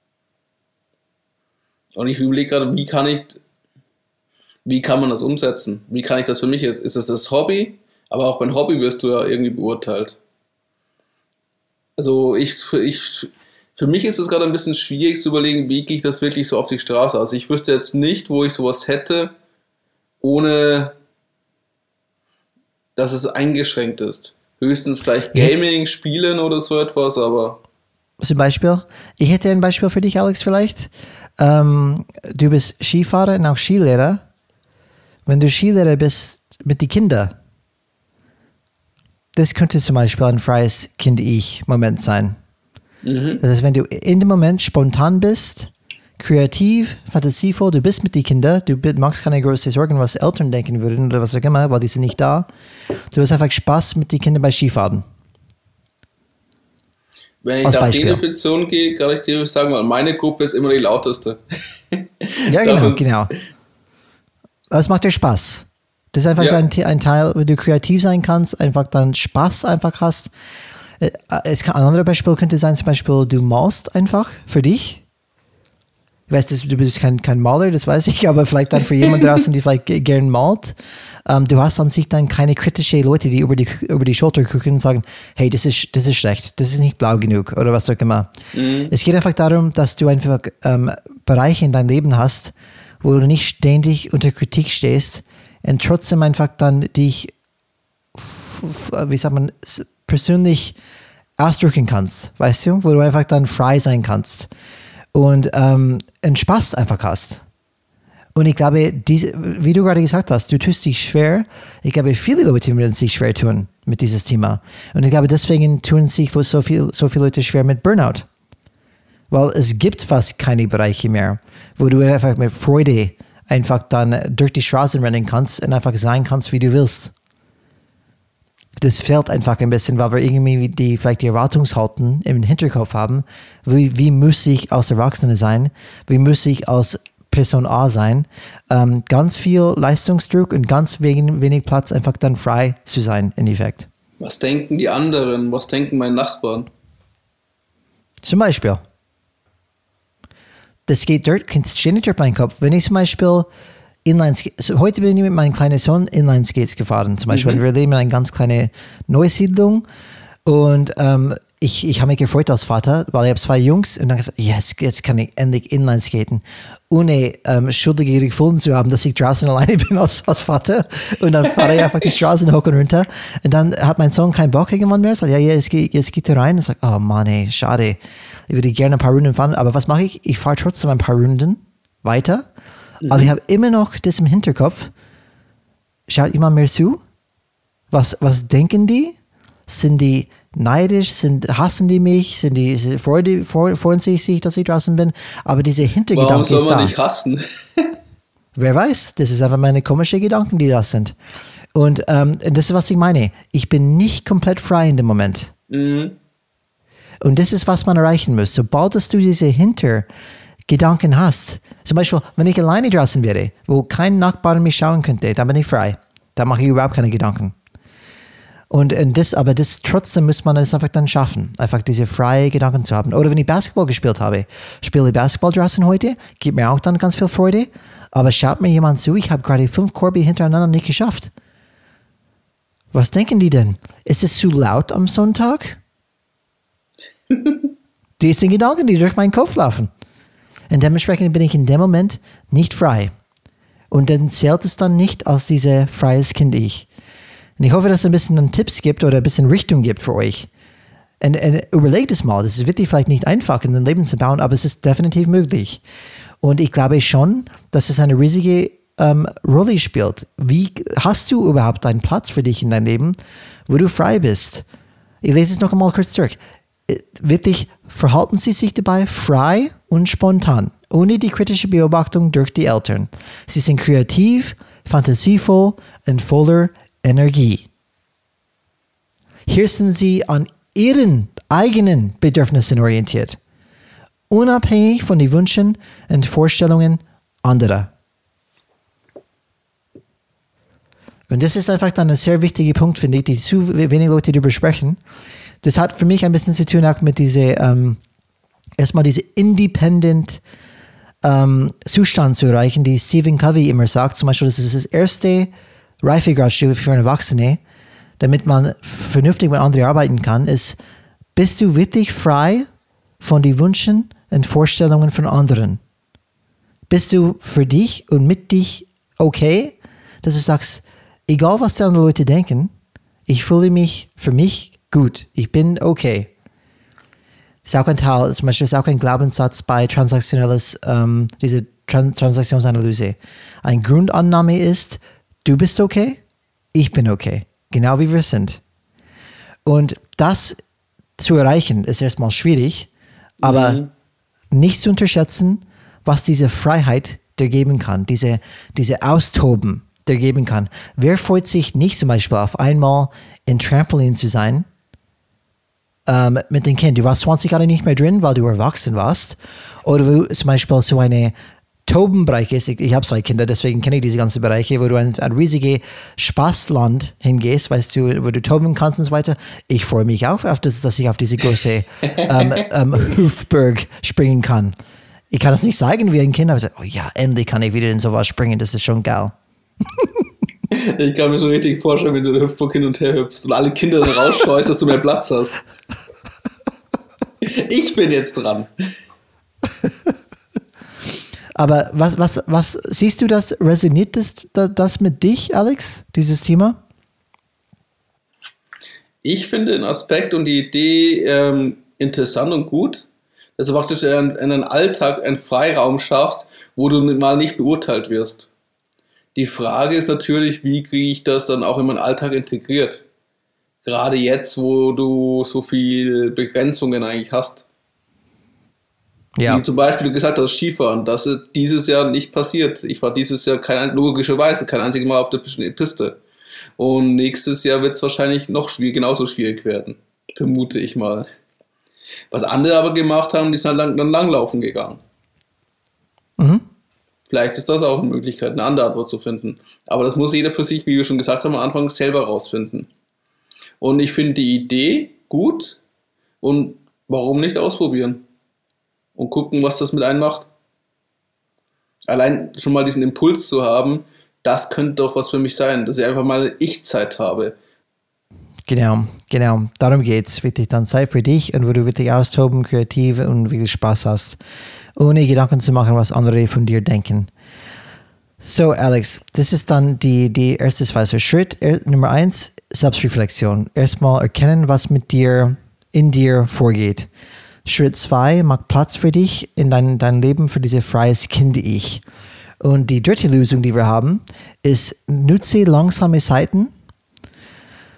Und ich überlege gerade, wie kann ich, wie kann man das umsetzen? Wie kann ich das für mich, ist das das Hobby? Aber auch beim Hobby wirst du ja irgendwie beurteilt. Also ich, ich, für mich ist es gerade ein bisschen schwierig zu überlegen, wie gehe ich das wirklich so auf die Straße. Also ich wüsste jetzt nicht, wo ich sowas hätte, ohne dass es eingeschränkt ist. Höchstens vielleicht Gaming, Spielen oder so etwas, aber...
Zum Beispiel, ich hätte ein Beispiel für dich, Alex, vielleicht. Ähm, du bist Skifahrer und auch Skilehrer. Wenn du Skilehrer bist mit den Kindern, das könnte zum Beispiel ein freies Kind-Ich-Moment sein. Mhm. Das heißt, wenn du in dem Moment spontan bist, kreativ, fantasievoll, du bist mit den Kindern, du machst keine großen Sorgen, was Eltern denken würden oder was auch immer, weil die sind nicht da. Du hast einfach Spaß mit den Kindern bei Skifahren.
Wenn ich nach der Definition gehe, kann ich dir sagen, weil meine Gruppe ist immer die lauteste.
Ja, genau, genau. Das macht dir Spaß. Das ist einfach ja. ein, ein Teil, wo du kreativ sein kannst, einfach dann Spaß einfach hast. Es kann, ein anderes Beispiel könnte sein, zum Beispiel, du malst einfach für dich. Ich weiß, du bist kein, kein Maler, das weiß ich, aber vielleicht dann für jemanden draußen, die vielleicht gern malt. Ähm, du hast an sich dann keine kritischen Leute, die über die, über die Schulter gucken und sagen, hey, das ist, das ist schlecht, das ist nicht blau genug oder was auch immer. Mhm. Es geht einfach darum, dass du einfach ähm, Bereiche in deinem Leben hast, wo du nicht ständig unter Kritik stehst und trotzdem einfach dann dich, wie sagt man, persönlich ausdrücken kannst, weißt du, wo du einfach dann frei sein kannst. Und ähm, einen Spaß einfach hast. Und ich glaube, diese, wie du gerade gesagt hast, du tust dich schwer. Ich glaube, viele Leute würden sich schwer tun mit diesem Thema. Und ich glaube, deswegen tun sich so, viel, so viele Leute schwer mit Burnout. Weil es gibt fast keine Bereiche mehr, wo du einfach mit Freude einfach dann durch die Straßen rennen kannst und einfach sein kannst, wie du willst. Das fehlt einfach ein bisschen, weil wir irgendwie die, vielleicht die Erwartungshaltung im Hinterkopf haben, wie, wie muss ich als Erwachsener sein, wie muss ich als Person A sein, ähm, ganz viel Leistungsdruck und ganz wenig, wenig Platz, einfach dann frei zu sein, im Endeffekt.
Was denken die anderen, was denken meine Nachbarn?
Zum Beispiel. Das geht dort, steht nicht durch meinen Kopf. Wenn ich zum Beispiel Inlineskates. So, heute bin ich mit meinem kleinen Sohn Inlineskates gefahren. Zum Beispiel, mhm. wir leben in einer ganz kleinen Neusiedlung und ähm, ich, ich habe mich gefreut als Vater, weil ich habe zwei Jungs und dann gesagt, yes, jetzt kann ich endlich Inlineskaten, ohne ähm, Schuldige gefunden zu haben, dass ich draußen alleine bin als, als Vater. Und dann fahre ich einfach die Straßen hoch und runter. Und dann hat mein Sohn keinen Bock irgendwann mehr. Sagt, ja, jetzt, geht, jetzt geht er rein. Und sagt, oh Mann, ey, schade. Ich würde gerne ein paar Runden fahren. Aber was mache ich? Ich fahre trotzdem ein paar Runden weiter. Aber ich habe immer noch das im Hinterkopf. Schaut jemand mir zu? Was, was denken die? Sind die neidisch? Sind, hassen die mich? Sind die freuen vor, freuen sich, dass ich draußen bin? Aber diese Hintergedanke ist da.
Warum soll man dich hassen?
Wer weiß, das ist einfach meine komischen Gedanken, die das sind. Und ähm, das ist, was ich meine. Ich bin nicht komplett frei in dem Moment. Mhm. Und das ist, was man erreichen muss. Sobald dass du diese Hintergedanken hast, zum Beispiel, wenn ich alleine draußen wäre, wo kein Nachbar mich schauen könnte, dann bin ich frei. Da mache ich überhaupt keine Gedanken. Und, und das, aber das trotzdem muss man es einfach dann schaffen, einfach diese freie Gedanken zu haben. Oder wenn ich Basketball gespielt habe, spiele ich Basketball draußen heute, gibt mir auch dann ganz viel Freude. Aber schaut mir jemand zu, ich habe gerade fünf Korbe hintereinander nicht geschafft. Was denken die denn? Ist es zu laut am Sonntag? Das sind Gedanken, die durch meinen Kopf laufen. Und dementsprechend bin ich in dem Moment nicht frei. Und dann zählt es dann nicht als dieses freies Kind ich. Und ich hoffe, dass es ein bisschen Tipps gibt oder ein bisschen Richtung gibt für euch. Und, und überlegt es mal, das ist wirklich vielleicht nicht einfach in den Leben zu bauen, aber es ist definitiv möglich. Und ich glaube schon, dass es eine riesige ähm, Rolle spielt. Wie hast du überhaupt einen Platz für dich in deinem Leben, wo du frei bist? Ich lese es noch einmal kurz zurück. Wirklich verhalten sie sich dabei frei und spontan, ohne die kritische Beobachtung durch die Eltern. Sie sind kreativ, fantasievoll und voller Energie. Hier sind sie an ihren eigenen Bedürfnissen orientiert, unabhängig von den Wünschen und Vorstellungen anderer. Und das ist einfach dann ein sehr wichtiger Punkt, finde ich, die zu wenig Leute darüber sprechen. Das hat für mich ein bisschen zu tun auch mit diese ähm, erstmal diese independent ähm, Zustand zu erreichen, die Stephen Covey immer sagt. Zum Beispiel, das ist das erste Reifegradsstufe für Erwachsene, damit man vernünftig mit anderen arbeiten kann, ist, bist du wirklich frei von den Wünschen und Vorstellungen von anderen? Bist du für dich und mit dich okay, dass du sagst, egal was die anderen Leute denken, ich fühle mich für mich gut, ich bin okay. Das ist auch ein Teil, zum Beispiel ist auch ein Glaubenssatz bei transaktionelles, ähm, diese Trans- Transaktionsanalyse. Eine Grundannahme ist, du bist okay, ich bin okay, genau wie wir sind. Und das zu erreichen, ist erstmal schwierig, aber mhm. nicht zu unterschätzen, was diese Freiheit dir geben kann, diese, diese Austoben dir geben kann. Wer freut sich nicht zum Beispiel auf einmal in Trampolin zu sein, ähm, mit dem Kind? Du warst zwanzig Jahre nicht mehr drin, weil du erwachsen warst. Oder wo zum Beispiel so eine Tobenbereich ist. Ich, ich habe zwei Kinder, deswegen kenne ich diese ganzen Bereiche, wo du ein, ein riesiges Spaßland hingehst, weißt du, wo du toben kannst und so weiter. Ich freue mich auch, auf das, dass ich auf diese große ähm, ähm, Hüpfburg springen kann. Ich kann das nicht sagen wie ein Kind, aber ich sage, oh ja, endlich kann ich wieder in sowas springen, das ist schon geil.
Ich kann mir so richtig vorstellen, wenn du der Hüpfburg hin und her hüpfst und alle Kinder dann rausscheust, dass du mehr Platz hast. Ich bin jetzt dran.
Aber was, was, was siehst du, das resoniert das, das mit dich, Alex, dieses Thema?
Ich finde den Aspekt und die Idee ähm, interessant und gut, dass du praktisch in, in einen Alltag einen Freiraum schaffst, wo du mal nicht beurteilt wirst. Die Frage ist natürlich, wie kriege ich das dann auch in meinen Alltag integriert? Gerade jetzt, wo du so viele Begrenzungen eigentlich hast. Ja. Wie zum Beispiel du gesagt hast, Skifahren, das ist dieses Jahr nicht passiert. Ich war dieses Jahr kein, logischerweise kein einziges Mal auf der Piste. Und nächstes Jahr wird es wahrscheinlich noch schwierig, genauso schwierig werden. Vermute ich mal. Was andere aber gemacht haben, die sind dann langlaufen gegangen. Mhm. Vielleicht ist das auch eine Möglichkeit, eine andere Antwort zu finden. Aber das muss jeder für sich, wie wir schon gesagt haben, am Anfang selber rausfinden. Und ich finde die Idee gut und warum nicht ausprobieren? Und gucken, was das mit einem macht. Allein schon mal diesen Impuls zu haben, das könnte doch was für mich sein, dass ich einfach mal eine Ich-Zeit habe.
Genau, genau. Darum geht es. Wirklich dann Zeit für dich und wo du wirklich austoben, kreativ und wirklich Spaß hast. Ohne Gedanken zu machen, was andere von dir denken. So, Alex, das ist dann die, die erste Phase. Schritt er, Nummer eins, Selbstreflexion. Erstmal erkennen, was mit dir, in dir vorgeht. Schritt zwei, mach Platz für dich in dein, dein Leben für dieses freies Kind-Ich. Und die dritte Lösung, die wir haben, ist, nutze langsame Zeiten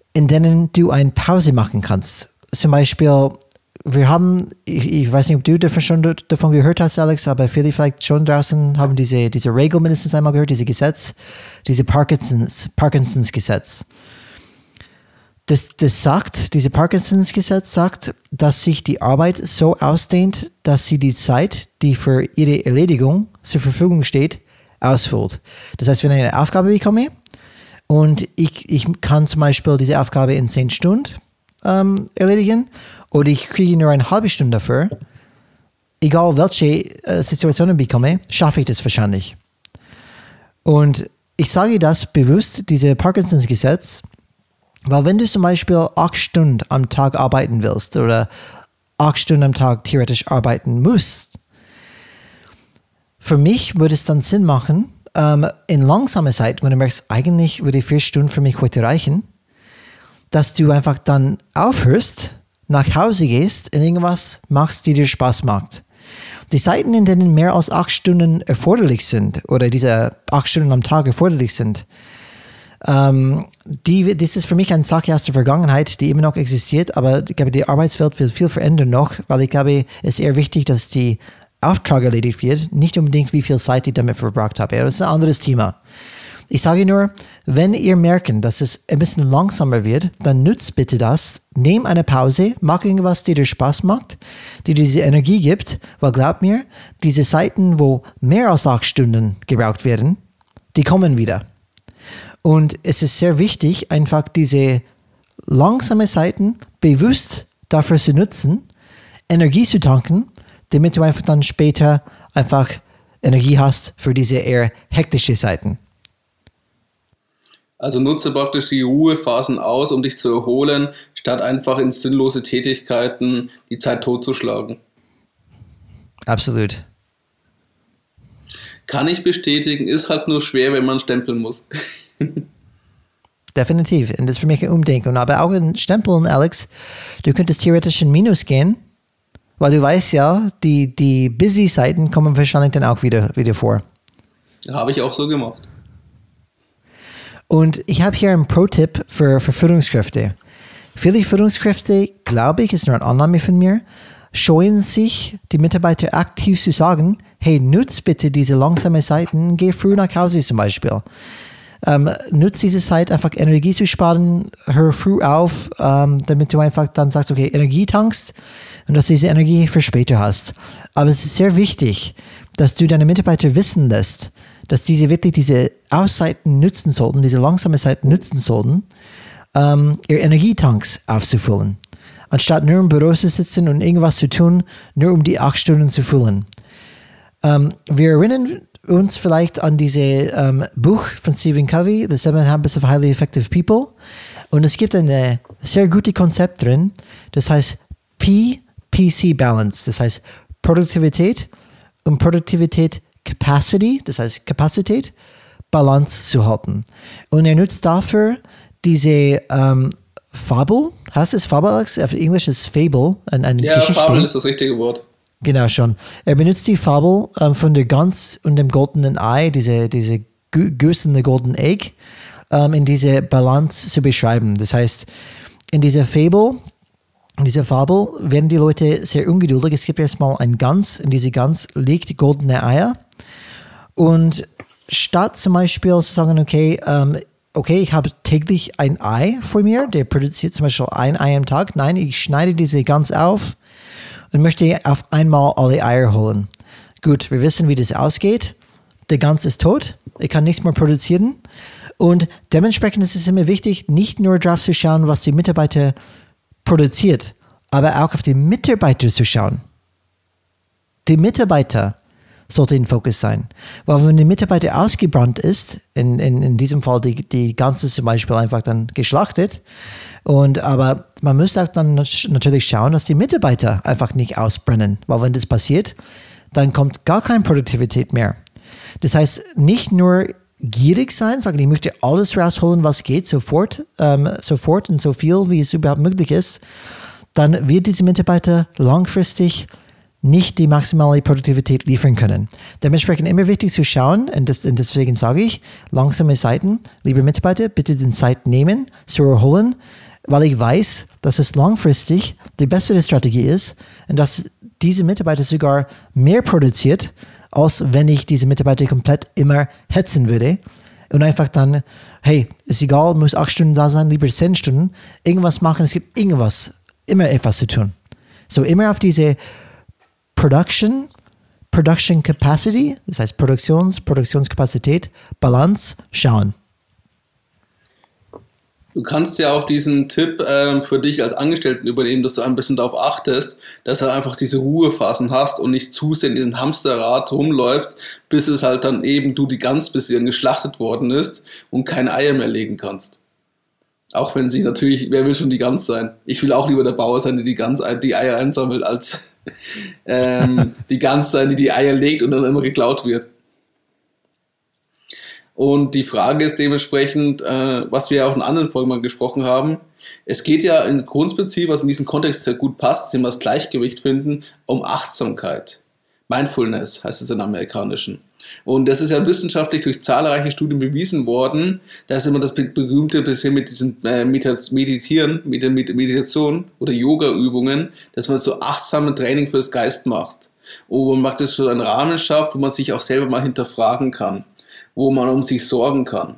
in denen du eine Pause machen kannst. Zum Beispiel, wir haben, ich, ich weiß nicht, ob du davon schon davon gehört hast, Alex, aber viele vielleicht schon draußen haben diese, diese Regel mindestens einmal gehört, diese Gesetz, diese Parkinsons, Parkinsons Gesetz. Das, das sagt, diese Parkinsons Gesetz sagt, dass sich die Arbeit so ausdehnt, dass sie die Zeit, die für ihre Erledigung zur Verfügung steht, ausfüllt. Das heißt, wenn ich eine Aufgabe bekomme und ich, ich kann zum Beispiel diese Aufgabe in zehn Stunden ähm, erledigen oder ich kriege nur eine halbe Stunde dafür, egal welche äh, Situationen ich bekomme, schaffe ich das wahrscheinlich. Und ich sage das bewusst, diese Parkinsons Gesetz, weil wenn du zum Beispiel acht Stunden am Tag arbeiten willst oder acht Stunden am Tag theoretisch arbeiten musst, für mich würde es dann Sinn machen, ähm, in langsamer Zeit, wenn du merkst, eigentlich würde vier Stunden für mich heute reichen, dass du einfach dann aufhörst, nach Hause gehst und irgendwas machst, die dir Spaß macht. Die Zeiten, in denen mehr als acht Stunden erforderlich sind oder diese acht Stunden am Tag erforderlich sind, Ähm, die, das ist für mich eine Sache aus der Vergangenheit, die immer noch existiert, aber ich glaube, die Arbeitswelt wird viel verändern noch, weil ich glaube, es ist eher wichtig, dass die Auftrag erledigt wird, nicht unbedingt, wie viel Zeit ich damit verbracht habe. Ja, das ist ein anderes Thema. Ich sage nur, wenn ihr merken, dass es ein bisschen langsamer wird, dann nutzt bitte das, nehmt eine Pause, mach irgendwas, die dir Spaß macht, die dir diese Energie gibt, weil glaub mir, diese Zeiten, wo mehr als acht Stunden gebraucht werden, die kommen wieder. Und es ist sehr wichtig, einfach diese langsame Zeiten bewusst dafür zu nutzen, Energie zu tanken, damit du einfach dann später einfach Energie hast für diese eher hektische Zeiten.
Also nutze praktisch die Ruhephasen aus, um dich zu erholen, statt einfach in sinnlose Tätigkeiten die Zeit totzuschlagen.
Absolut.
Kann ich bestätigen, ist halt nur schwer, wenn man stempeln muss.
Definitiv. Und das ist für mich ein Umdenken. Aber auch in Stempeln, Alex, du könntest theoretisch in Minus gehen, weil du weißt ja, die, die Busy-Seiten kommen wahrscheinlich dann auch wieder, wieder vor.
Habe ich auch so gemacht.
Und ich habe hier einen Pro-Tipp für, für Führungskräfte. Viele Führungskräfte, glaube ich, ist nur eine Annahme von mir, scheuen sich, die Mitarbeiter aktiv zu sagen, hey, nutz bitte diese langsame Zeiten, geh früh nach Hause zum Beispiel. Ähm, nutz diese Zeit, einfach Energie zu sparen, hör früh auf, ähm, damit du einfach dann sagst, okay, Energie tankst und dass du diese Energie für später hast. Aber es ist sehr wichtig, dass du deine Mitarbeiter wissen lässt, dass diese wirklich diese Auszeiten nützen sollten, diese langsame Zeiten nützen sollten, ähm, ihre Energietanks aufzufüllen. Anstatt nur im Büro zu sitzen und irgendwas zu tun, nur um die acht Stunden zu füllen. Ähm, wir erinnern uns vielleicht an dieses ähm, Buch von Stephen Covey, The Seven Habits of Highly Effective People. Und es gibt ein sehr gutes Konzept drin, das heißt P P C Balance, das heißt Produktivität und Produktivität Capacity, das heißt Kapazität, Balance zu halten. Und er nutzt dafür diese ähm, Fabel, heißt es Fabel, Alex? Auf Englisch ist Fable, ein, ein
ja,
Geschichte.
Fabel ist das richtige Wort.
Genau schon. Er benutzt die Fabel ähm, von der Gans und dem goldenen Ei, diese, diese Goose and the Golden Egg, ähm, in diese Balance zu beschreiben. Das heißt, in dieser Fable, in dieser Fabel werden die Leute sehr ungeduldig. Es gibt erstmal eine Gans, in diese Gans legt goldene Eier. Und statt zum Beispiel zu sagen, okay, ähm, okay, ich habe täglich ein Ei vor mir, der produziert zum Beispiel ein Ei am Tag. Nein, ich schneide diese Gans auf und möchte auf einmal alle Eier holen. Gut, wir wissen, wie das ausgeht. Der Gans ist tot, ich kann nichts mehr produzieren. Und dementsprechend ist es immer wichtig, nicht nur darauf zu schauen, was die Mitarbeiter produziert, aber auch auf die Mitarbeiter zu schauen. Die Mitarbeiter sollte in Fokus sein. Weil wenn der Mitarbeiter ausgebrannt ist, in, in, in diesem Fall die, die Gans ist zum Beispiel einfach dann geschlachtet, und, aber man muss auch dann natürlich schauen, dass die Mitarbeiter einfach nicht ausbrennen, weil wenn das passiert, dann kommt gar keine Produktivität mehr. Das heißt, nicht nur gierig sein, sagen, ich möchte alles rausholen, was geht, sofort, ähm, sofort und so viel, wie es überhaupt möglich ist, dann wird diese Mitarbeiter langfristig nicht die maximale Produktivität liefern können. Dementsprechend immer wichtig zu schauen, und, das, und deswegen sage ich, langsame Seiten, liebe Mitarbeiter, bitte den Zeit nehmen, zu erholen, weil ich weiß, dass es langfristig die bessere Strategie ist und dass diese Mitarbeiter sogar mehr produziert, als wenn ich diese Mitarbeiter komplett immer hetzen würde und einfach dann, hey, ist egal, muss acht Stunden da sein, lieber zehn Stunden, irgendwas machen, es gibt irgendwas, immer etwas zu tun. So immer auf diese Production, Production Capacity, das heißt Produktions, Produktionskapazität, Balance schauen.
Du kannst ja auch diesen Tipp ähm, für dich als Angestellten übernehmen, dass du ein bisschen darauf achtest, dass du einfach diese Ruhephasen hast und nicht zu sehr in diesem Hamsterrad rumläufst, bis es halt dann eben du die Gans bis dann geschlachtet worden ist und keine Eier mehr legen kannst. Auch wenn sie natürlich, wer will schon die Gans sein? Ich will auch lieber der Bauer sein, der die Gans, die Eier einsammelt, als ähm, die Gans sein, die die Eier legt und dann immer geklaut wird. Und die Frage ist dementsprechend, äh, was wir ja auch in anderen Folgen mal gesprochen haben, es geht ja im Grundprinzip, was in diesem Kontext sehr gut passt, dem wir das Gleichgewicht finden, um Achtsamkeit. Mindfulness heißt es im Amerikanischen. Und das ist ja wissenschaftlich durch zahlreiche Studien bewiesen worden. Da ist immer das berühmte bisschen mit diesem äh, Meditieren, mit der Meditation oder Yoga-Übungen, dass man so achtsame Training für das Geist macht. Wo man praktisch so einen Rahmen schafft, wo man sich auch selber mal hinterfragen kann, wo man um sich sorgen kann.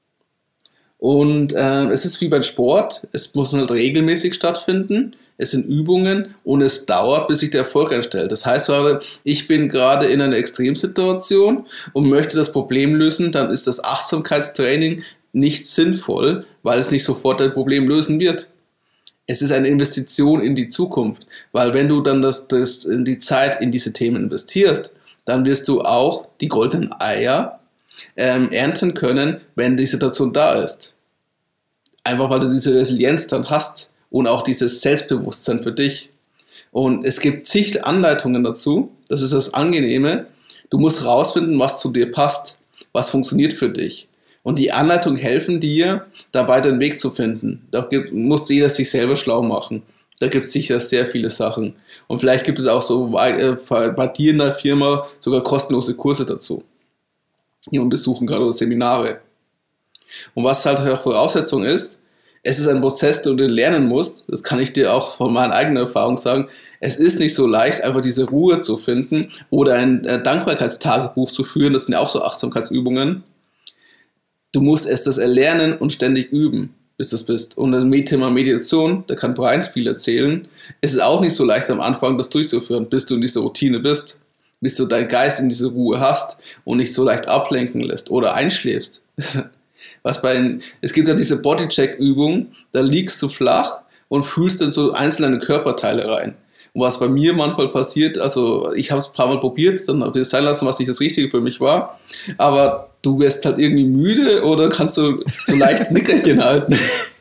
Und äh, es ist wie beim Sport, es muss halt regelmäßig stattfinden, es sind Übungen und es dauert, bis sich der Erfolg einstellt. Das heißt, ich bin gerade in einer Extremsituation und möchte das Problem lösen, dann ist das Achtsamkeitstraining nicht sinnvoll, weil es nicht sofort dein Problem lösen wird. Es ist eine Investition in die Zukunft, weil wenn du dann das, das in die Zeit in diese Themen investierst, dann wirst du auch die goldenen Eier ähm, ernten können, wenn die Situation da ist. Einfach weil du diese Resilienz dann hast und auch dieses Selbstbewusstsein für dich. Und es gibt zig Anleitungen dazu, das ist das Angenehme. Du musst rausfinden, was zu dir passt, was funktioniert für dich. Und die Anleitungen helfen dir, dabei den Weg zu finden. Da gibt, muss jeder sich selber schlau machen. Da gibt es sicher sehr viele Sachen. Und vielleicht gibt es auch so äh, bei dir in der Firma sogar kostenlose Kurse dazu. Die man besuchen kann oder Seminare. Und was halt auch Voraussetzung ist, es ist ein Prozess, den du lernen musst. Das kann ich dir auch von meiner eigenen Erfahrung sagen. Es ist nicht so leicht, einfach diese Ruhe zu finden oder ein äh, Dankbarkeitstagebuch zu führen. Das sind ja auch so Achtsamkeitsübungen. Du musst es das erlernen und ständig üben, bis du es bist. Und das Thema Meditation, da kann Brian viel erzählen. Es ist auch nicht so leicht am Anfang, das durchzuführen, bis du in dieser Routine bist, bis du deinen Geist in diese Ruhe hast und nicht so leicht ablenken lässt oder einschläfst. Was bei, es gibt ja diese Bodycheck-Übung, da liegst du flach und fühlst dann so einzelne Körperteile rein. Und was bei mir manchmal passiert, also ich habe es ein paar Mal probiert, dann habe ich es sein lassen, was nicht das Richtige für mich war, aber du wirst halt irgendwie müde oder kannst du so leicht Nickerchen halten.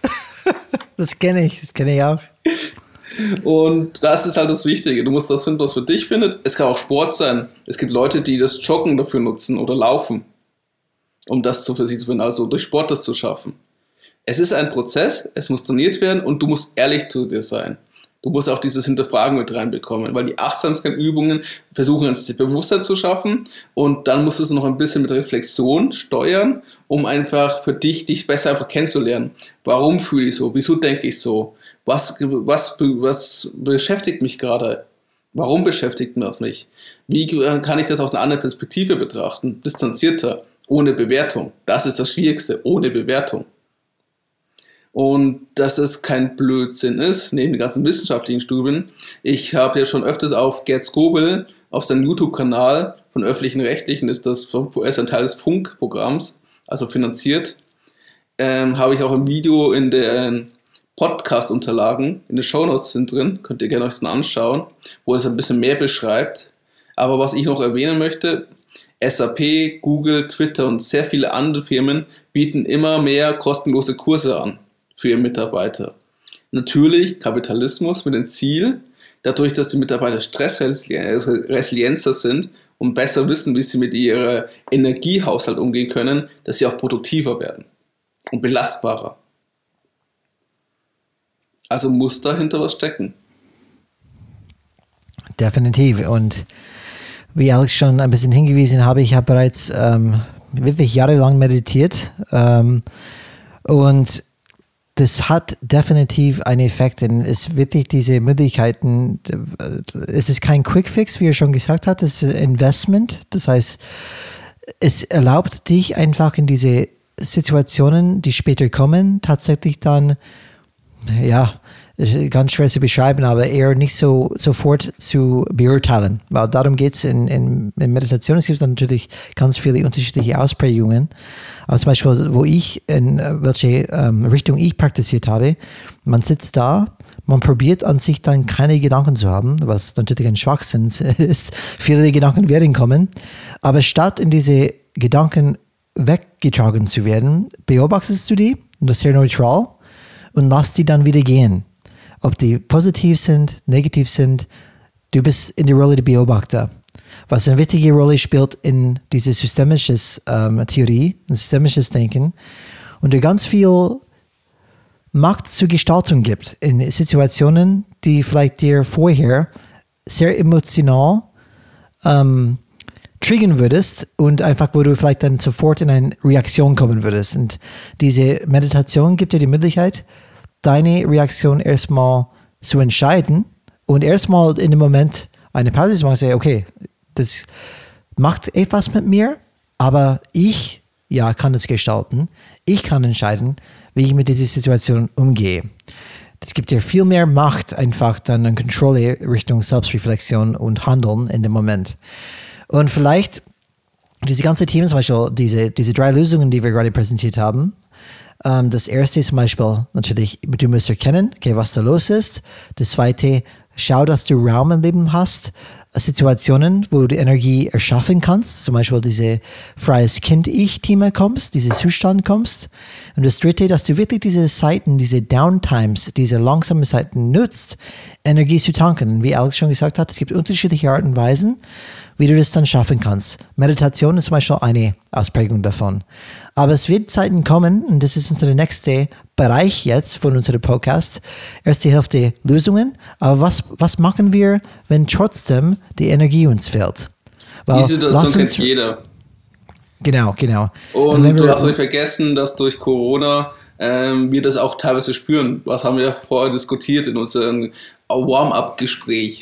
Das kenne ich, das kenne ich auch.
Und das ist halt das Wichtige. Du musst das finden, was für dich findet. Es kann auch Sport sein. Es gibt Leute, die das Joggen dafür nutzen oder Laufen, um das zu für sich zu finden, also durch Sport das zu schaffen. Es ist ein Prozess, es muss trainiert werden und du musst ehrlich zu dir sein. Du musst auch dieses Hinterfragen mit reinbekommen, weil die Achtsamkeitsübungen versuchen, das Bewusstsein zu schaffen und dann musst du es noch ein bisschen mit Reflexion steuern, um einfach für dich, dich besser einfach kennenzulernen. Warum fühle ich so? Wieso denke ich so? Was, was, was beschäftigt mich gerade? Warum beschäftigt das mich? Wie kann ich das aus einer anderen Perspektive betrachten? Distanzierter, ohne Bewertung. Das ist das Schwierigste, ohne Bewertung. Und dass es kein Blödsinn ist, neben den ganzen wissenschaftlichen Studien. Ich habe ja schon öfters auf Gerd Skobel, auf seinem YouTube-Kanal von öffentlichen Rechtlichen, ist das er ist ein Teil des Funkprogramms, also finanziert, ähm, habe ich auch ein Video in den Podcast-Unterlagen, in den Shownotes sind drin, könnt ihr gerne euch dann anschauen, wo es ein bisschen mehr beschreibt. Aber was ich noch erwähnen möchte, S A P, Google, Twitter und sehr viele andere Firmen bieten immer mehr kostenlose Kurse an für ihre Mitarbeiter. Natürlich Kapitalismus mit dem Ziel, dadurch, dass die Mitarbeiter stressresilienter sind und besser wissen, wie sie mit ihrem Energiehaushalt umgehen können, dass sie auch produktiver werden und belastbarer. Also muss dahinter was stecken.
Definitiv. Und wie Alex schon ein bisschen hingewiesen habe, ich habe bereits ähm, wirklich jahrelang meditiert. Ähm, und das hat definitiv einen Effekt, denn es ist wirklich diese Möglichkeiten, es ist kein Quick-Fix, wie er schon gesagt hat, es ist ein Investment. Das heißt, es erlaubt dich einfach in diese Situationen, die später kommen, tatsächlich dann, ja, ganz schwer zu beschreiben, aber eher nicht so sofort zu beurteilen. Weil darum geht es in, in, in Meditation. Es gibt dann natürlich ganz viele unterschiedliche Ausprägungen. Aber zum Beispiel, wo ich, in welche ähm, Richtung ich praktiziert habe, man sitzt da, man probiert an sich dann keine Gedanken zu haben, was natürlich ein Schwachsinn ist. Viele Gedanken werden kommen. Aber statt in diese Gedanken weggetragen zu werden, beobachtest du die, und das sehr neutral, und lass die dann wieder gehen. Ob die positiv sind, negativ sind, du bist in der Rolle der Beobachter. Was eine wichtige Rolle spielt in diese systemische ähm, Theorie, ein systemisches Denken, und dir ganz viel Macht zur Gestaltung gibt in Situationen, die vielleicht dir vorher sehr emotional ähm, triggern würdest und einfach, wo du vielleicht dann sofort in eine Reaktion kommen würdest. Und diese Meditation gibt dir die Möglichkeit, deine Reaktion erstmal zu entscheiden und erstmal in dem Moment eine Pause zu machen und sagen, okay, das macht etwas mit mir, aber ich, ja, kann es gestalten. Ich kann entscheiden, wie ich mit dieser Situation umgehe. Das gibt dir viel mehr Macht, einfach dann eine Kontrolle Richtung Selbstreflexion und Handeln in dem Moment. Und vielleicht diese ganze Themen, zum Beispiel diese, diese drei Lösungen, die wir gerade präsentiert haben. Um, das erste ist zum Beispiel natürlich, du musst erkennen, okay, was da los ist. Das zweite, schau, dass du Raum im Leben hast, Situationen, wo du Energie erschaffen kannst, zum Beispiel diese freies Kind-Ich-Thema kommst, diese Zustand kommst. Und das dritte, dass du wirklich diese Zeiten, diese Downtimes, diese langsamen Zeiten nutzt, Energie zu tanken. Wie Alex schon gesagt hat, es gibt unterschiedliche Arten und Weisen, wie du das dann schaffen kannst. Meditation ist zum Beispiel eine Ausprägung davon. Aber es wird Zeiten kommen, und das ist unser nächster Bereich jetzt von unserem Podcast, erste Hälfte Lösungen, aber was, was machen wir, wenn trotzdem die Energie uns fehlt?
Weil, die Situation kennt jeder.
Genau, genau.
Und, und du darfst nicht vergessen, dass durch Corona ähm, wir das auch teilweise spüren. Was haben wir ja vorher diskutiert in unserem Warm-up-Gespräch.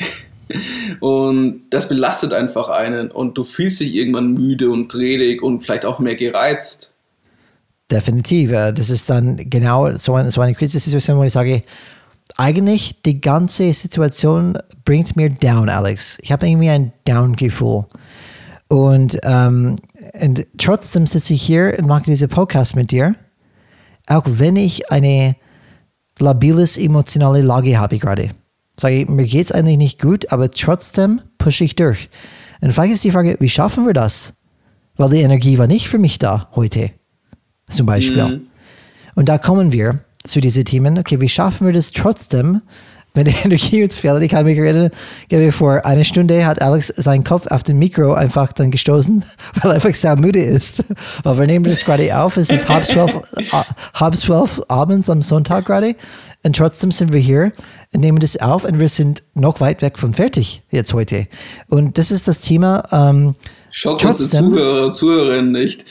Und das belastet einfach einen und du fühlst dich irgendwann müde und träge und vielleicht auch mehr gereizt.
Definitiv. Das ist dann genau so eine, so eine kritische Situation, wo ich sage, eigentlich die ganze Situation bringt mir down, Alex. Ich habe irgendwie ein Down-Gefühl. Und, ähm, und trotzdem sitze ich hier und mache diese Podcast mit dir, auch wenn ich eine labiles emotionale Lage habe gerade. Sage ich, mir geht es eigentlich nicht gut, aber trotzdem pushe ich durch. Und vielleicht ist die Frage, wie schaffen wir das? Weil die Energie war nicht für mich da heute, zum Beispiel. Mhm. Und da kommen wir zu diesen Themen. Okay, wie schaffen wir das trotzdem, wenn die Energie uns fehlt? Ich kann mich erinnern, vor einer Stunde hat Alex seinen Kopf auf den Mikro einfach dann gestoßen, weil er einfach sehr müde ist. Weil wir nehmen das gerade auf, es ist halb zwölf, halb zwölf abends am Sonntag gerade. Und trotzdem sind wir hier und nehmen das auf und wir sind noch weit weg von fertig jetzt heute. Und das ist das Thema. Ähm,
Schock unsere Zuhörer und Zuhörerinnen nicht.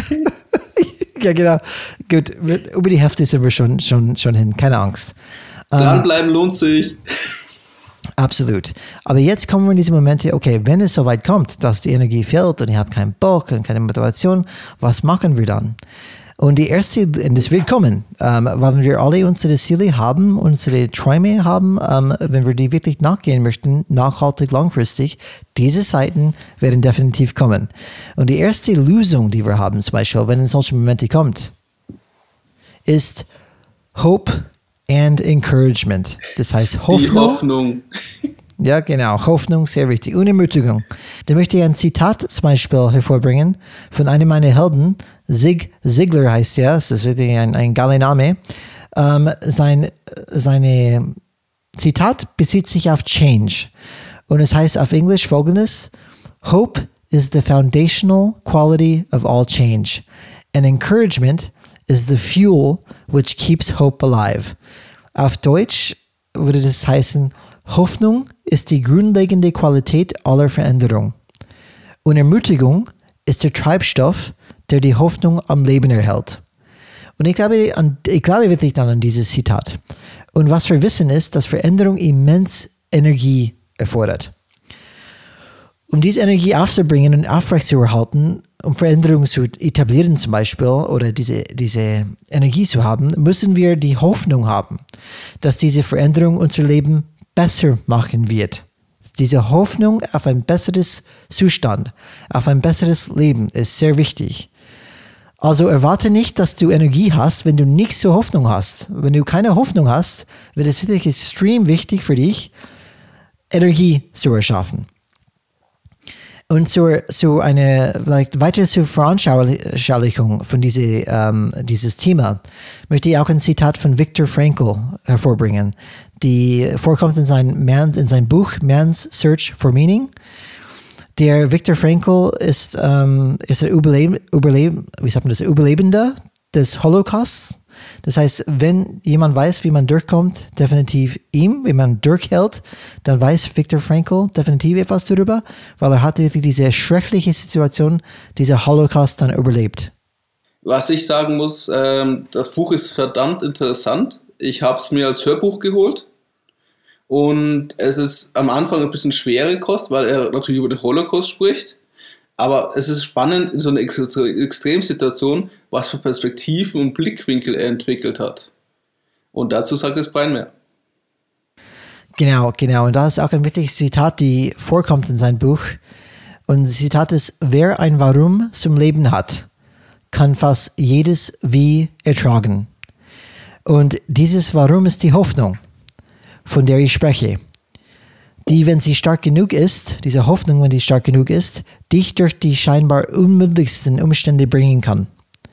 Ja, genau. Gut, über die Hälfte sind wir schon, schon, schon hin. Keine Angst.
Dranbleiben ähm, lohnt sich.
Absolut. Aber jetzt kommen wir in diese Momente, okay, wenn es so weit kommt, dass die Energie fehlt und ich habe keinen Bock und keine Motivation, was machen wir dann? Und die erste, und das wird kommen, ähm, weil wir alle unsere Ziele haben, unsere Träume haben, ähm, wenn wir die wirklich nachgehen möchten, nachhaltig, langfristig, diese Zeiten werden definitiv kommen. Und die erste Lösung, die wir haben, zum Beispiel, wenn in solche Momente kommt, ist Hope and Encouragement. Das heißt Hoffnung.
Die Hoffnung.
Ja, genau. Hoffnung, sehr wichtig. Und Ermutigung. Da möchte ich ein Zitat zum Beispiel hervorbringen von einem meiner Helden, Zig Ziglar heißt er, das ist wirklich ein, ein geiler Name. Ähm, sein seine Zitat bezieht sich auf Change. Und es heißt auf Englisch folgendes: Hope is the foundational quality of all change. And encouragement is the fuel which keeps hope alive. Auf Deutsch würde das heißen, Hoffnung ist die grundlegende Qualität aller Veränderung. Und Ermutigung ist der Treibstoff, der die Hoffnung am Leben erhält. Und ich glaube, an, ich glaube wirklich dann an dieses Zitat. Und was wir wissen ist, dass Veränderung immens Energie erfordert. Um diese Energie aufzubringen und aufrechtzuerhalten, um Veränderungen zu etablieren zum Beispiel oder diese, diese Energie zu haben, müssen wir die Hoffnung haben, dass diese Veränderung unser Leben besser machen wird. Diese Hoffnung auf ein besseres Zustand, auf ein besseres Leben ist sehr wichtig. Also erwarte nicht, dass du Energie hast, wenn du nichts zur Hoffnung hast. Wenn du keine Hoffnung hast, wird es wirklich extrem wichtig für dich, Energie zu erschaffen. Und so, so eine like, weitere zur Veranschaulichung von diese, ähm, dieses Thema möchte ich auch ein Zitat von Viktor Frankl hervorbringen, die vorkommt in sein, Man, in seinem Buch Man's Search for Meaning. Der Viktor Frankl ist, ähm, ist ein Überleb- Überleb- wie sagt man das, Überlebender des Holocausts. Das heißt, wenn jemand weiß, wie man durchkommt, definitiv ihm. Wenn man durchhält, dann weiß Viktor Frankl definitiv etwas darüber, weil er hat wirklich diese schreckliche Situation, dieser Holocaust dann überlebt.
Was ich sagen muss, ähm, das Buch ist verdammt interessant. Ich habe es mir als Hörbuch geholt und es ist am Anfang ein bisschen schwere Kost, weil er natürlich über den Holocaust spricht. Aber es ist spannend in so einer Extremsituation, was für Perspektiven und Blickwinkel er entwickelt hat. Und dazu sagt es Brian mehr.
Genau, genau. Und da ist auch ein wichtiges Zitat, die vorkommt in seinem Buch. Und das Zitat ist, wer ein Warum zum Leben hat, kann fast jedes Wie ertragen. Und dieses Warum ist die Hoffnung, von der ich spreche. Die, wenn sie stark genug ist, diese Hoffnung, wenn die stark genug ist, dich durch die scheinbar unmöglichsten Umstände bringen kann.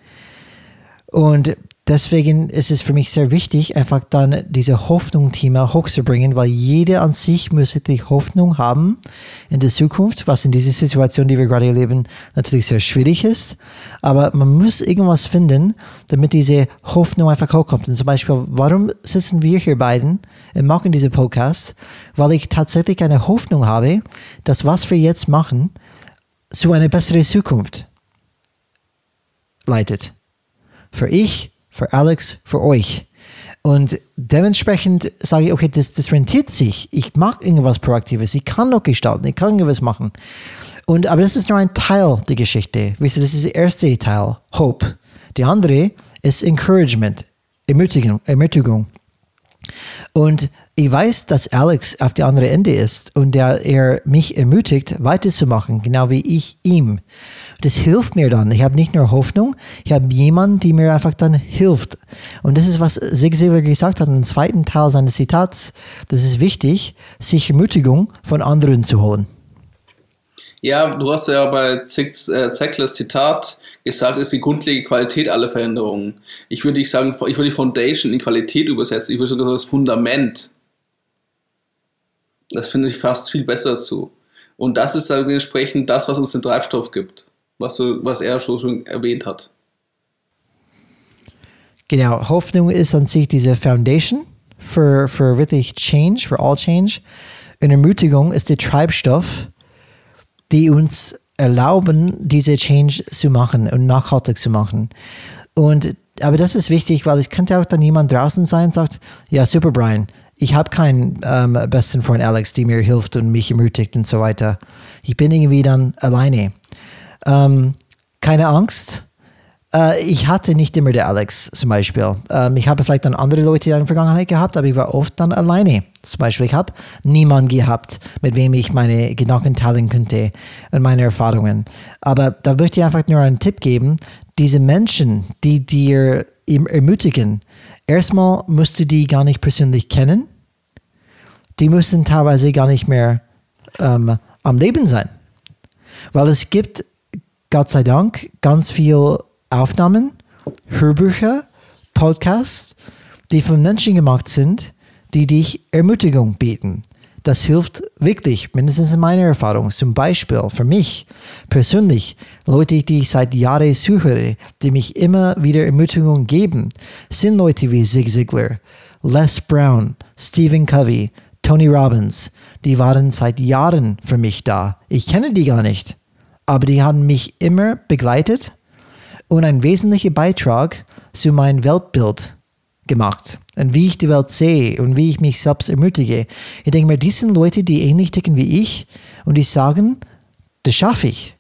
Und deswegen ist es für mich sehr wichtig, einfach dann diese Hoffnung-Thema hochzubringen, weil jeder an sich muss die Hoffnung haben in der Zukunft, was in dieser Situation, die wir gerade erleben, natürlich sehr schwierig ist. Aber man muss irgendwas finden, damit diese Hoffnung einfach hochkommt. Und zum Beispiel, warum sitzen wir hier beiden und machen diesen Podcast? Weil ich tatsächlich eine Hoffnung habe, dass was wir jetzt machen, zu einer besseren Zukunft leitet. Für ich, für Alex, für euch. Und dementsprechend sage ich, okay, das, das rentiert sich. Ich mache irgendwas Proaktives. Ich kann noch gestalten. Ich kann irgendwas machen. Und, aber das ist nur ein Teil der Geschichte. Wisst ihr, das ist der erste Teil, Hope. Der andere ist Encouragement, Ermutigung. Ermutigung. Und ich weiß, dass Alex auf der anderen Ende ist und der, er mich ermutigt, weiterzumachen, genau wie ich ihm. Das hilft mir dann. Ich habe nicht nur Hoffnung, ich habe jemanden, der mir einfach dann hilft. Und das ist, was Zig Ziglar gesagt hat im zweiten Teil seines Zitats. Das ist wichtig, sich Ermutigung von anderen zu holen.
Ja, du hast ja bei Zig Ziglars Zitat gesagt, ist die grundlegende Qualität aller Veränderungen. Ich würde nicht sagen, ich würde die Foundation in Qualität übersetzen. Ich würde sagen, das Fundament. Das finde ich fast viel besser dazu. Und das ist dann entsprechend das, was uns den Treibstoff gibt, was, so, was er schon, schon erwähnt hat.
Genau, Hoffnung ist an sich diese Foundation für, für wirklich Change, für all Change. Und Ermutigung ist der Treibstoff, die uns erlauben, diese Change zu machen und nachhaltig zu machen. Und, aber das ist wichtig, weil es könnte auch dann jemand draußen sein und sagt, ja, super, Brian, ich habe keinen ähm, besten Freund Alex, der mir hilft und mich ermutigt und so weiter. Ich bin irgendwie dann alleine. Ähm, keine Angst. Äh, ich hatte nicht immer den Alex zum Beispiel. Ähm, ich habe vielleicht dann andere Leute in der Vergangenheit gehabt, aber ich war oft dann alleine. Zum Beispiel, ich habe niemanden gehabt, mit wem ich meine Gedanken teilen könnte und meine Erfahrungen. Aber da möchte ich einfach nur einen Tipp geben. Diese Menschen, die dir ermutigen, erstmal musst du die gar nicht persönlich kennen. Die müssen teilweise gar nicht mehr ähm, am Leben sein. Weil es gibt, Gott sei Dank, ganz viel Aufnahmen, Hörbücher, Podcasts, die von Menschen gemacht sind, die dich Ermutigung bieten. Das hilft wirklich, mindestens in meiner Erfahrung. Zum Beispiel für mich persönlich, Leute, die ich seit Jahren zuhöre, die mich immer wieder Ermutigung geben, sind Leute wie Zig Ziglar, Les Brown, Stephen Covey, Tony Robbins, die waren seit Jahren für mich da. Ich kenne die gar nicht, aber die haben mich immer begleitet und ein wesentlicher Beitrag zu meinem Weltbild gemacht und wie ich die Welt sehe und wie ich mich selbst ermutige. Ich denke mir, die sind Leute, die ähnlich ticken wie ich und die sagen, das schaffe ich.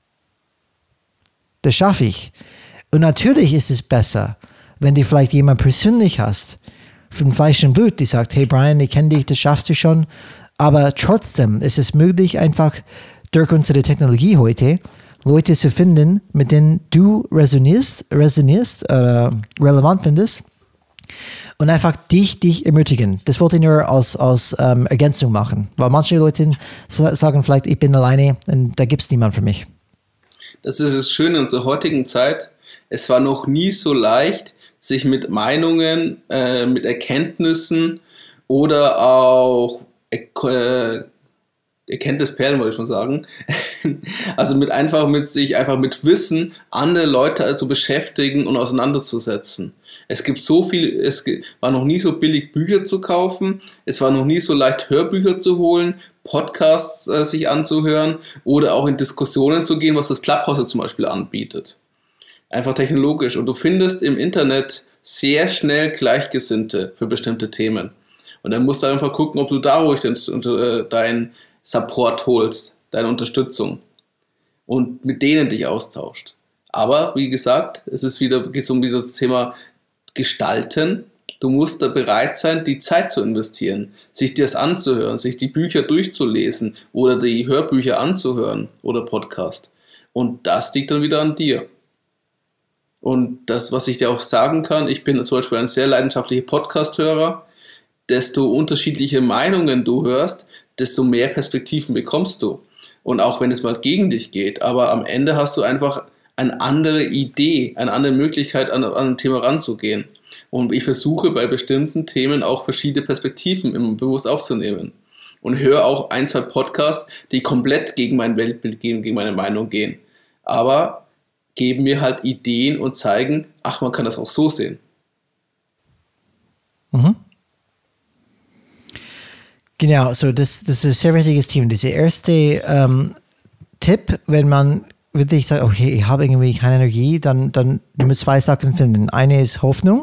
Das schaffe ich. Und natürlich ist es besser, wenn du vielleicht jemanden persönlich hast, von Fleisch und Blut, die sagt, hey Brian, ich kenne dich, das schaffst du schon. Aber trotzdem ist es möglich, einfach durch unsere Technologie heute Leute zu finden, mit denen du resonierst, resonierst äh, relevant findest und einfach dich, dich ermutigen. Das wollte ich nur als, als ähm, Ergänzung machen, weil manche Leute sagen vielleicht, ich bin alleine und da gibt es niemanden für mich.
Das ist das Schöne in unserer heutigen Zeit. Es war noch nie so leicht, sich mit Meinungen, äh, mit Erkenntnissen oder auch äh, Erkenntnisperlen, wollte ich schon sagen, also mit einfach mit sich einfach mit Wissen andere Leute zu beschäftigen und auseinanderzusetzen. Es gibt so viel, es war noch nie so billig Bücher zu kaufen, es war noch nie so leicht Hörbücher zu holen, Podcasts äh, sich anzuhören oder auch in Diskussionen zu gehen, was das Clubhouse zum Beispiel anbietet. Einfach technologisch. Und du findest im Internet sehr schnell Gleichgesinnte für bestimmte Themen. Und dann musst du einfach gucken, ob du da ruhig deinen Support holst, deine Unterstützung und mit denen dich austauscht. Aber wie gesagt, es ist wieder, geht um wieder das Thema Gestalten. Du musst da bereit sein, die Zeit zu investieren, sich das anzuhören, sich die Bücher durchzulesen oder die Hörbücher anzuhören oder Podcast. Und das liegt dann wieder an dir. Und das, was ich dir auch sagen kann, ich bin zum Beispiel ein sehr leidenschaftlicher Podcast-Hörer. Desto unterschiedliche Meinungen du hörst, desto mehr Perspektiven bekommst du. Und auch wenn es mal gegen dich geht, aber am Ende hast du einfach eine andere Idee, eine andere Möglichkeit, an, an ein Thema ranzugehen. Und ich versuche bei bestimmten Themen auch verschiedene Perspektiven immer bewusst aufzunehmen. Und höre auch ein, zwei Podcasts, die komplett gegen mein Weltbild gehen, gegen meine Meinung gehen. Aber geben mir halt Ideen und zeigen, ach, man kann das auch so sehen.
Mhm. Genau, so das, das ist ein sehr wichtiges Thema. Dieser erste ähm, Tipp, wenn man wirklich sagt, okay, ich habe irgendwie keine Energie, dann, dann du musst zwei Sachen finden. Eine ist Hoffnung,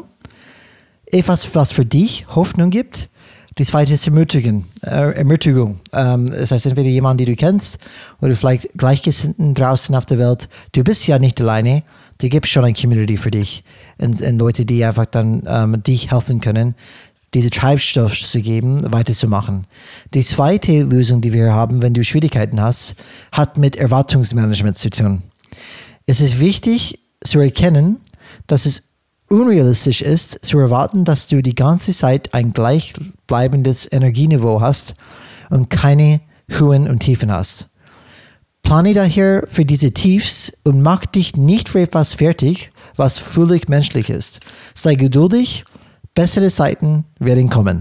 etwas, was für dich Hoffnung gibt. Die zweite ist Ermutigen, äh, Ermutigung. Ähm, das heißt, entweder jemand, den du kennst, oder vielleicht Gleichgesinnten draußen auf der Welt. Du bist ja nicht alleine. Da gibt es schon eine Community für dich. Und, und Leute, die einfach dann ähm, dich helfen können, diese Treibstoff zu geben, weiterzumachen. Die zweite Lösung, die wir haben, wenn du Schwierigkeiten hast, hat mit Erwartungsmanagement zu tun. Es ist wichtig zu erkennen, dass es unrealistisch ist, zu erwarten, dass du die ganze Zeit ein gleichbleibendes Energieniveau hast und keine Höhen und Tiefen hast. Plane daher für diese Tiefs und mach dich nicht für etwas fertig, was völlig menschlich ist. Sei geduldig, bessere Zeiten werden kommen.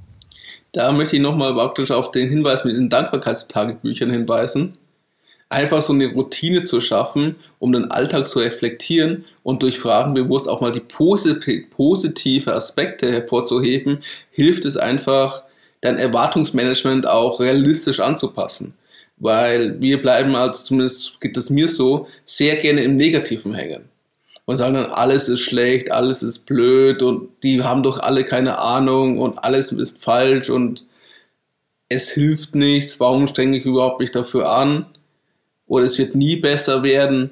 Da möchte ich nochmal praktisch auf den Hinweis mit den Dankbarkeitstagebüchern hinweisen. Einfach so eine Routine zu schaffen, um den Alltag zu reflektieren und durch Fragen bewusst auch mal die positive Aspekte hervorzuheben, hilft es einfach, dein Erwartungsmanagement auch realistisch anzupassen. Weil wir bleiben, als zumindest geht es mir so, sehr gerne im Negativen hängen. Und sagen dann, alles ist schlecht, alles ist blöd und die haben doch alle keine Ahnung und alles ist falsch und es hilft nichts, warum strenge ich überhaupt mich dafür an? Oder es wird nie besser werden.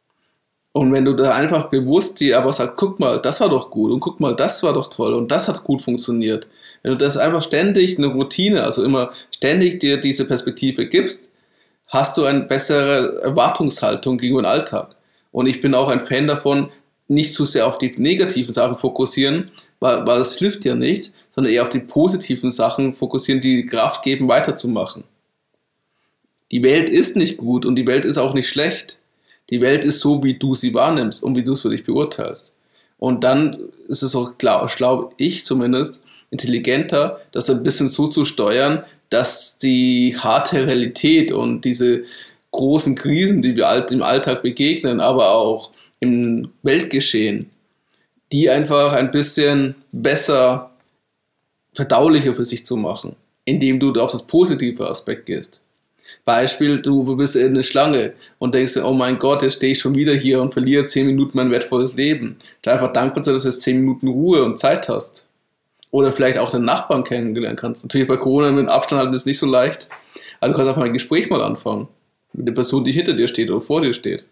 Und wenn du da einfach bewusst dir aber sagst, guck mal, das war doch gut und guck mal, das war doch toll und das hat gut funktioniert. Wenn du das einfach ständig eine Routine, also immer ständig dir diese Perspektive gibst, hast du eine bessere Erwartungshaltung gegenüber dem Alltag. Und ich bin auch ein Fan davon, nicht zu sehr auf die negativen Sachen fokussieren, weil, weil das hilft ja nicht, sondern eher auf die positiven Sachen fokussieren, die Kraft geben, weiterzumachen. Die Welt ist nicht gut und die Welt ist auch nicht schlecht. Die Welt ist so, wie du sie wahrnimmst und wie du es für dich beurteilst. Und dann ist es auch, glaube ich zumindest, intelligenter, das ein bisschen so zu steuern, dass die harte Realität und diese großen Krisen, die wir im Alltag begegnen, aber auch im Weltgeschehen, die einfach ein bisschen besser verdaulicher für sich zu machen. indem du auf das positive Aspekt gehst. Beispiel, du bist in eine Schlange und denkst, oh mein Gott, jetzt stehe ich schon wieder hier und verliere zehn Minuten mein wertvolles Leben. Da einfach dankbar sein, dass du jetzt zehn Minuten Ruhe und Zeit hast. Oder vielleicht auch den Nachbarn kennengelernt kannst. Natürlich bei Corona mit dem Abstand halten ist nicht so leicht, aber du kannst einfach ein Gespräch mal anfangen. Mit der Person, die hinter dir steht oder vor dir steht.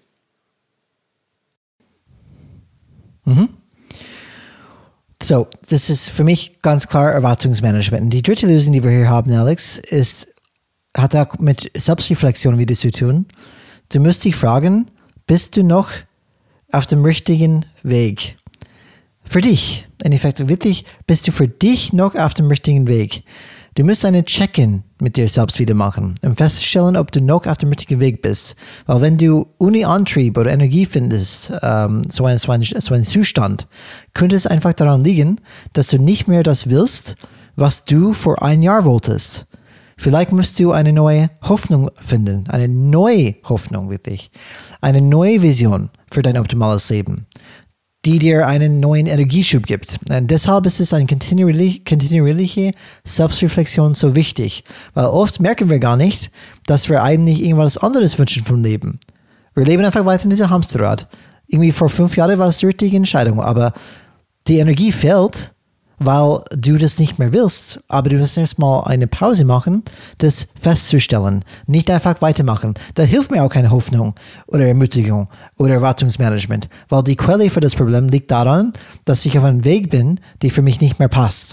Mhm. So, das ist für mich ganz klar Erwartungsmanagement. Und die dritte Lösung, die wir hier haben, Alex, ist, hat auch mit Selbstreflexion wieder zu tun. Du musst dich fragen, bist du noch auf dem richtigen Weg? Für dich, in Effekt, wirklich, bist du für dich noch auf dem richtigen Weg? Du musst einen Check-in mit dir selbst wieder machen, um festzustellen, ob du noch auf dem richtigen Weg bist. Weil wenn du ohne Antrieb oder Energie findest, ähm, so, ein, so, ein, so ein Zustand, könnte es einfach daran liegen, dass du nicht mehr das willst, was du vor ein Jahr wolltest. Vielleicht musst du eine neue Hoffnung finden, eine neue Hoffnung wirklich, eine neue Vision für dein optimales Leben, die dir einen neuen Energieschub gibt. Und deshalb ist es eine kontinuierliche, kontinuierliche Selbstreflexion so wichtig, weil oft merken wir gar nicht, dass wir eigentlich irgendwas anderes wünschen vom Leben. Wir leben einfach weiter in diesem Hamsterrad. Irgendwie vor fünf Jahren war es die richtige Entscheidung, aber die Energie fehlt, weil du das nicht mehr willst, aber du musst erstmal eine Pause machen, das festzustellen, nicht einfach weitermachen. Da hilft mir auch keine Hoffnung oder Ermutigung oder Erwartungsmanagement, weil die Quelle für das Problem liegt daran, dass ich auf einem Weg bin, der für mich nicht mehr passt.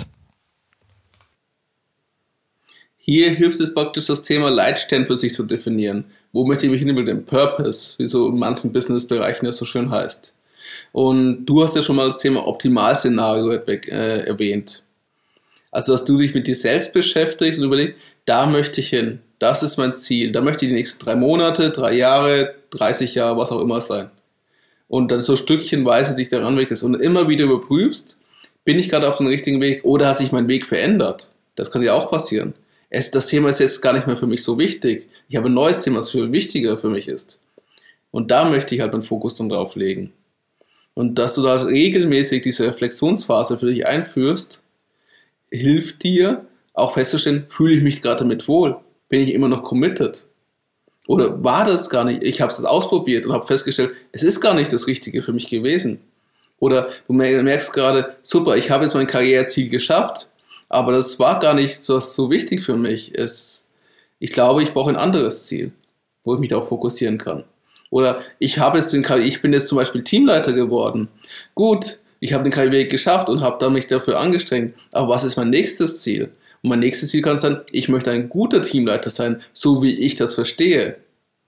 Hier hilft es praktisch, das Thema Leitstern für sich zu definieren. Wo möchte ich mich hin mit dem Purpose, wie so in manchen Businessbereichen das so schön heißt. Und du hast ja schon mal das Thema Optimalszenario äh, erwähnt. Also, dass du dich mit dir selbst beschäftigst und überlegst, da möchte ich hin, das ist mein Ziel, da möchte ich die nächsten drei Monate, drei Jahre, dreißig Jahre, was auch immer sein. Und dann so stückchenweise dich daran wegst und immer wieder überprüfst, bin ich gerade auf dem richtigen Weg oder hat sich mein Weg verändert? Das kann ja auch passieren. Es, das Thema ist jetzt gar nicht mehr für mich so wichtig. Ich habe ein neues Thema, das viel wichtiger für mich ist. Und da möchte ich halt meinen Fokus dann drauf legen. Und dass du da regelmäßig diese Reflexionsphase für dich einführst, hilft dir auch festzustellen, fühle ich mich gerade damit wohl? Bin ich immer noch committed? Oder war das gar nicht? Ich habe es ausprobiert und habe festgestellt, es ist gar nicht das Richtige für mich gewesen. Oder du merkst gerade, super, ich habe jetzt mein Karriereziel geschafft, aber das war gar nicht so, so wichtig für mich. Es, ich glaube, ich brauche ein anderes Ziel, wo ich mich darauf fokussieren kann. Oder ich habe jetzt den K I, ich bin jetzt zum Beispiel Teamleiter geworden. Gut, ich habe den K I-Weg geschafft und habe dann mich dafür angestrengt. Aber was ist mein nächstes Ziel? Und mein nächstes Ziel kann sein, ich möchte ein guter Teamleiter sein, so wie ich das verstehe.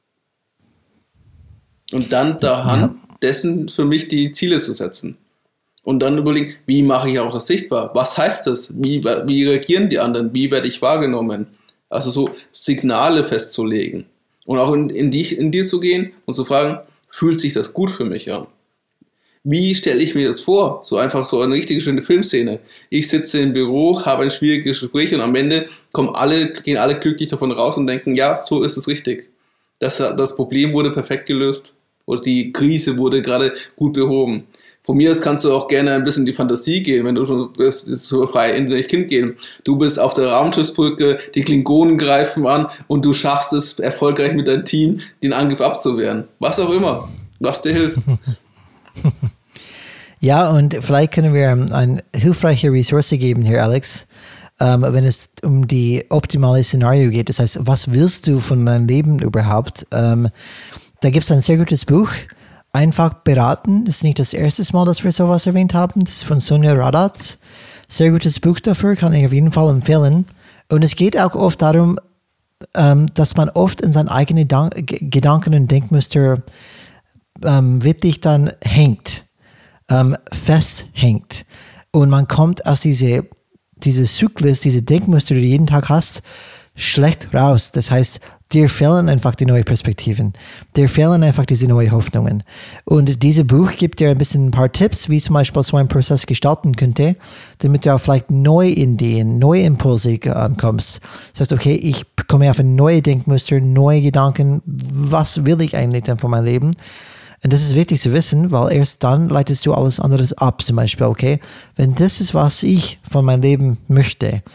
Und dann daran dessen für mich die Ziele zu setzen. Und dann überlegen, wie mache ich auch das sichtbar? Was heißt das? Wie, wie reagieren die anderen? Wie werde ich wahrgenommen? Also so Signale festzulegen. Und auch in, in, die, in dir zu gehen und zu fragen, fühlt sich das gut für mich an? Wie stelle ich mir das vor? So einfach so eine richtige schöne Filmszene. Ich sitze im Büro, habe ein schwieriges Gespräch und am Ende kommen alle, gehen alle glücklich davon raus und denken, ja, so ist es richtig. Das, das Problem wurde perfekt gelöst oder die Krise wurde gerade gut behoben. Von mir aus kannst du auch gerne ein bisschen in die Fantasie gehen, wenn du schon wirst, so frei in dein Kind gehen. Du bist auf der Raumschiffsbrücke, die Klingonen greifen an und du schaffst es erfolgreich mit deinem Team, den Angriff abzuwehren. Was auch immer, was dir hilft.
Ja, und vielleicht können wir eine hilfreiche Ressource geben hier, Alex, ähm, wenn es um die optimale Szenario geht. Das heißt, was willst du von deinem Leben überhaupt? Ähm, da gibt es ein sehr gutes Buch, Einfach beraten. Das ist nicht das erste Mal, dass wir sowas erwähnt haben. Das ist von Sonja Radatz. Sehr gutes Buch dafür, kann ich auf jeden Fall empfehlen. Und es geht auch oft darum, ähm, dass man oft in seinen eigenen Dan- G- Gedanken und Denkmuster ähm, wirklich dann hängt, ähm, festhängt. Und man kommt aus diese, diese Zyklus, diese Denkmuster, die du jeden Tag hast, schlecht raus. Das heißt, dir fehlen einfach die neuen Perspektiven. Dir fehlen einfach diese neuen Hoffnungen. Und dieses Buch gibt dir ein bisschen ein paar Tipps, wie zum Beispiel so ein Prozess gestalten könnte, damit du auch vielleicht neue Ideen, neue Impulse äh, kommst. Das heißt, okay, ich komme auf ein neues Denkmuster, neue Gedanken. Was will ich eigentlich denn von meinem Leben? Und das ist wichtig zu wissen, weil erst dann leitest du alles anderes ab. Zum Beispiel, okay, wenn das ist, was ich von meinem Leben möchte,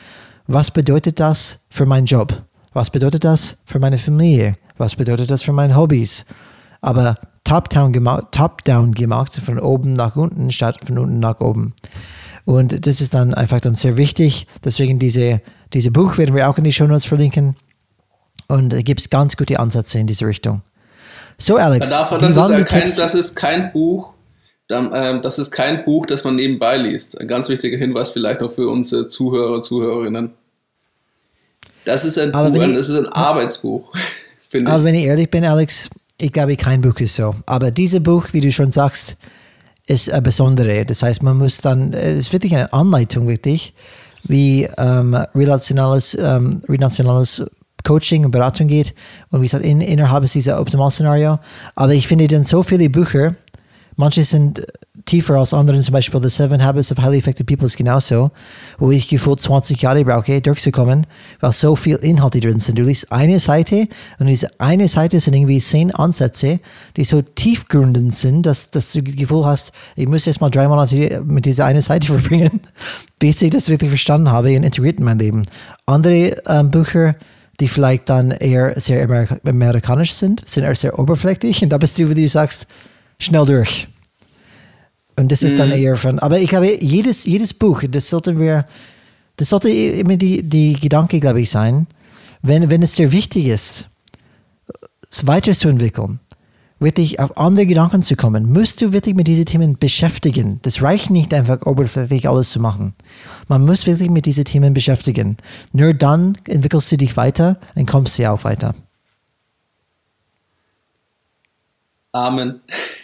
was bedeutet das für meinen Job? Was bedeutet das für meine Familie? Was bedeutet das für meine Hobbys? Aber top-down gemacht, top-down gemacht, von oben nach unten statt von unten nach oben. Und das ist dann einfach dann sehr wichtig. Deswegen diese, diese Buch werden wir auch in die Shownotes verlinken. Und da gibt es ganz gute Ansätze in diese Richtung. So, Alex.
Davon, das, ist kein, das ist kein Buch, das ist kein Buch, das man nebenbei liest. Ein ganz wichtiger Hinweis vielleicht noch für unsere Zuhörer und Zuhörerinnen. Das ist ein, Buch, ich, das ist ein Arbeitsbuch, finde ich.
Aber wenn ich ehrlich bin, Alex, ich glaube, kein Buch ist so. Aber dieses Buch, wie du schon sagst, ist ein besondere. Das heißt, man muss dann, es ist wirklich eine Anleitung, wirklich, wie ähm, relationales, ähm, relationales Coaching und Beratung geht und wie gesagt, in, innerhalb ist dieser Optimalszenario. Aber ich finde dann so viele Bücher, manche sind tiefer als andere, zum Beispiel The Seven Habits of Highly Effective People ist genauso, wo ich gefühlt zwanzig Jahre brauche, durchzukommen, weil so viel Inhalte drin sind. Du liest eine Seite und diese eine Seite sind irgendwie zehn Ansätze, die so tiefgründig sind, dass, dass du das Gefühl hast, ich muss jetzt mal drei Monate mit dieser eine Seite verbringen, bis ich das wirklich verstanden habe und integriert in mein Leben. Andere ähm, Bücher, die vielleicht dann eher sehr amerik- amerikanisch sind, sind eher sehr oberflächlich und da bist du, wie du sagst, schnell durch. Und das ist dann mhm. eher von, aber ich glaube, jedes, jedes Buch, das sollten wir, das sollte immer die, die Gedanke, glaube ich, sein, wenn, wenn es dir wichtig ist, es weiterzuentwickeln, wirklich auf andere Gedanken zu kommen, musst du wirklich mit diesen Themen beschäftigen. Das reicht nicht einfach, oberflächlich alles zu machen. Man muss wirklich mit diesen Themen beschäftigen. Nur dann entwickelst du dich weiter und kommst du auch weiter.
Amen.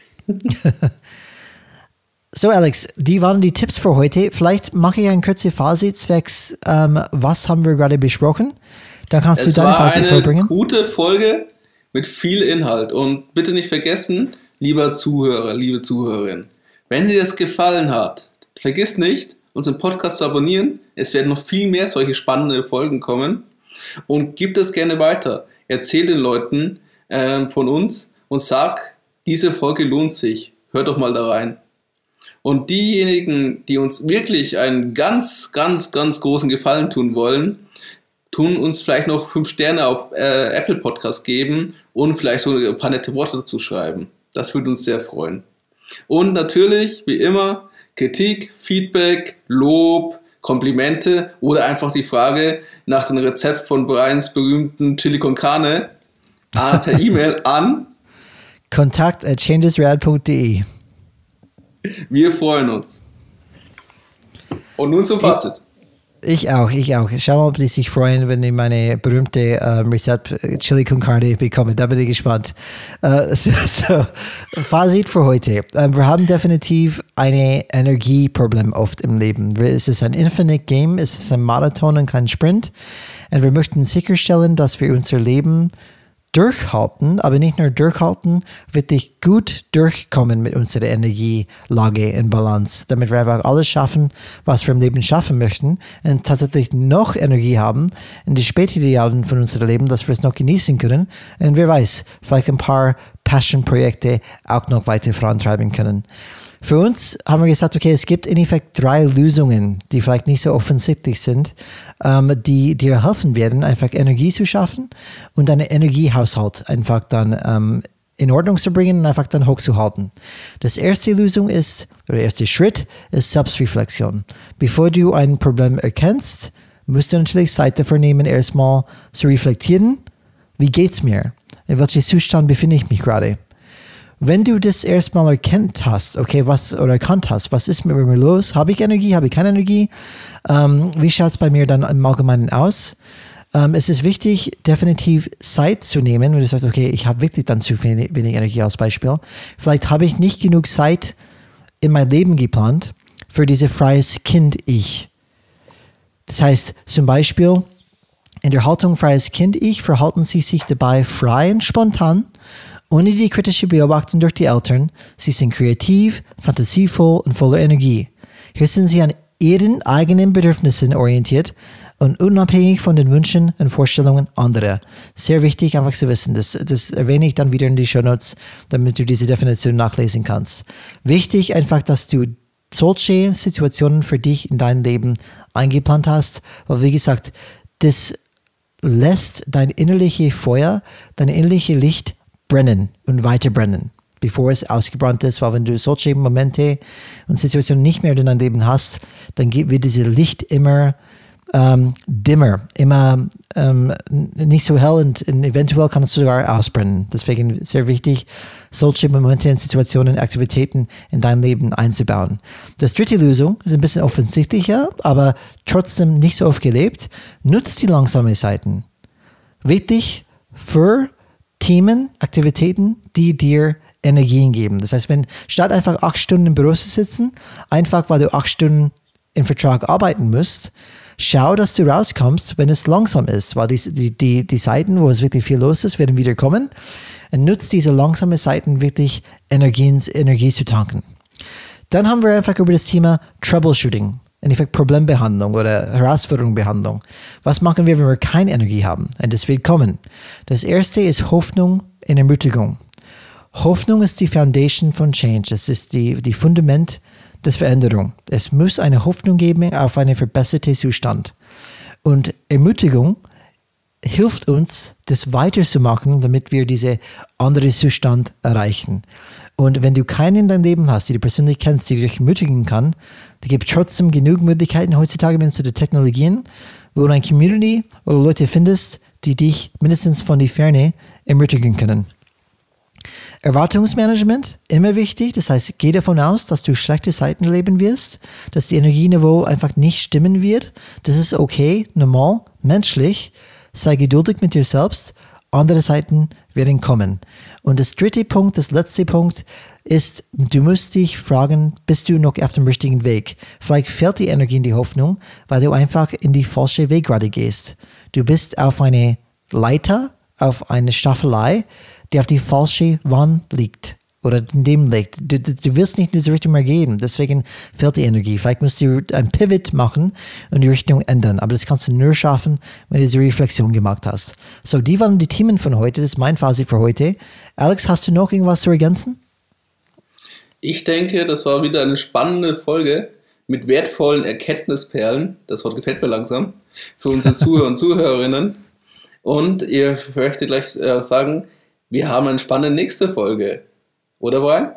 So, Alex, die waren die Tipps für heute. Vielleicht mache ich ein kurzes Fazit zwecks, ähm, was haben wir gerade besprochen? Dann kannst
es
du dein Fazit vorbringen.
Es war eine gute Folge mit viel Inhalt. Und bitte nicht vergessen, lieber Zuhörer, liebe Zuhörerin, wenn dir das gefallen hat, vergiss nicht, unseren Podcast zu abonnieren. Es werden noch viel mehr solche spannende Folgen kommen. Und gib das gerne weiter. Erzähl den Leuten äh, von uns und sag, diese Folge lohnt sich. Hört doch mal da rein. Und diejenigen, die uns wirklich einen ganz, ganz, ganz großen Gefallen tun wollen, tun uns vielleicht noch fünf Sterne auf äh, Apple Podcast geben und vielleicht so ein paar nette Worte dazu schreiben. Das würde uns sehr freuen. Und natürlich, wie immer, Kritik, Feedback, Lob, Komplimente oder einfach die Frage nach dem Rezept von Brians berühmten Chili con Carne äh, per E-Mail an
kontakt at changesrad punkt de.
Wir freuen uns. Und nun zum Fazit.
Ich, ich auch, ich auch. Schau mal, ob die sich freuen, wenn ich meine berühmte ähm, Rezept Chili con Carne bekomme. Da bin ich gespannt. Äh, so, so, Fazit für heute. Ähm, wir haben definitiv ein Energieproblem oft im Leben. Es ist ein Infinite Game, es ist ein Marathon und kein Sprint. Und wir möchten sicherstellen, dass wir unser Leben durchhalten, aber nicht nur durchhalten, wirklich gut durchkommen mit unserer Energielage in Balance, damit wir einfach alles schaffen, was wir im Leben schaffen möchten und tatsächlich noch Energie haben in die späteren Jahren von unserem Leben, dass wir es noch genießen können und wer weiß, vielleicht ein paar Passion-Projekte auch noch weiter vorantreiben können. Für uns haben wir gesagt, okay, es gibt in Effekt drei Lösungen, die vielleicht nicht so offensichtlich sind, ähm, die dir helfen werden, einfach Energie zu schaffen und deinen Energiehaushalt einfach dann ähm, in Ordnung zu bringen und einfach dann hochzuhalten. Das erste Lösung ist, oder der erste Schritt ist Selbstreflexion. Bevor du ein Problem erkennst, musst du natürlich Zeit dafür nehmen, erstmal zu reflektieren, wie geht's mir? In welchem Zustand befinde ich mich gerade? Wenn du das erstmal erkannt hast, okay, was oder erkannt hast, was ist mit mir los? Habe ich Energie? Habe ich keine Energie? Ähm, wie schaut es bei mir dann im Allgemeinen aus? Ähm, es ist wichtig, definitiv Zeit zu nehmen, wenn du sagst, okay, ich habe wirklich dann zu wenig, wenig Energie als Beispiel. Vielleicht habe ich nicht genug Zeit in mein Leben geplant für dieses freies Kind-Ich. Das heißt, zum Beispiel, in der Haltung freies Kind-Ich verhalten sie sich dabei frei und spontan, ohne die kritische Beobachtung durch die Eltern. Sie sind kreativ, fantasievoll und voller Energie. Hier sind sie an ihren eigenen Bedürfnissen orientiert und unabhängig von den Wünschen und Vorstellungen anderer. Sehr wichtig, einfach zu wissen. Das, das erwähne ich dann wieder in die Shownotes, damit du diese Definition nachlesen kannst. Wichtig einfach, dass du solche Situationen für dich in deinem Leben eingeplant hast. Weil wie gesagt, das lässt dein innerliches Feuer, dein innerliches Licht brennen und weiter brennen, bevor es ausgebrannt ist. Weil wenn du solche Momente und Situationen nicht mehr in deinem Leben hast, dann wird dieses Licht immer ähm, dimmer, immer ähm, nicht so hell und, und eventuell kann es sogar ausbrennen. Deswegen sehr wichtig, solche Momente und Situationen, Aktivitäten in dein Leben einzubauen. Das dritte Lösung ist ein bisschen offensichtlicher, aber trotzdem nicht so oft gelebt. Nutzt die langsamen Seiten. Wichtig für Themen, Aktivitäten, die dir Energien geben. Das heißt, wenn statt einfach acht Stunden im Büro zu sitzen, einfach weil du acht Stunden im Vertrag arbeiten musst, schau, dass du rauskommst, wenn es langsam ist, weil die, die, die, die Zeiten, wo es wirklich viel los ist, werden wieder kommen. Und nutzt diese langsamen Zeiten wirklich, Energien, Energie zu tanken. Dann haben wir einfach über das Thema Troubleshooting, in Effekt Problembehandlung oder Herausforderungsbehandlung. Was machen wir, wenn wir keine Energie haben? Und das wird kommen. Das erste ist Hoffnung und Ermutigung. Hoffnung ist die Foundation von Change. Das ist die, die Fundament der Veränderung. Es muss eine Hoffnung geben auf einen verbesserten Zustand. Und Ermutigung hilft uns, das weiterzumachen, damit wir diese andere Zustand erreichen. Und wenn du keinen in deinem Leben hast, die du persönlich kennst, die dich ermutigen kann, da gibt es trotzdem genug Möglichkeiten heutzutage mit den Technologien, wo du eine Community oder Leute findest, die dich mindestens von der Ferne ermutigen können. Erwartungsmanagement, immer wichtig. Das heißt, geh davon aus, dass du schlechte Zeiten erleben wirst, dass die Energieniveau einfach nicht stimmen wird. Das ist okay, normal, menschlich. Sei geduldig mit dir selbst. Andere Zeiten werden kommen. Und das dritte Punkt, das letzte Punkt ist, du musst dich fragen, bist du noch auf dem richtigen Weg? Vielleicht fehlt die Energie in die Hoffnung, weil du einfach in die falsche Weg gerade gehst. Du bist auf eine Leiter, auf eine Staffelei, die auf die falsche Wand liegt oder in dem liegt. Du, du, du willst nicht in diese Richtung mehr gehen, deswegen fehlt die Energie. Vielleicht musst du ein Pivot machen und die Richtung ändern, aber das kannst du nur schaffen, wenn du diese Reflexion gemacht hast. So, die waren die Themen von heute, das ist mein Fazit für heute. Alex, hast du noch irgendwas zu ergänzen?
Ich denke, das war wieder eine spannende Folge mit wertvollen Erkenntnisperlen, das Wort gefällt mir langsam, für unsere Zuhörer und Zuhörerinnen. Und ihr möchte gleich äh, sagen, wir haben eine spannende nächste Folge. Oder, Brian?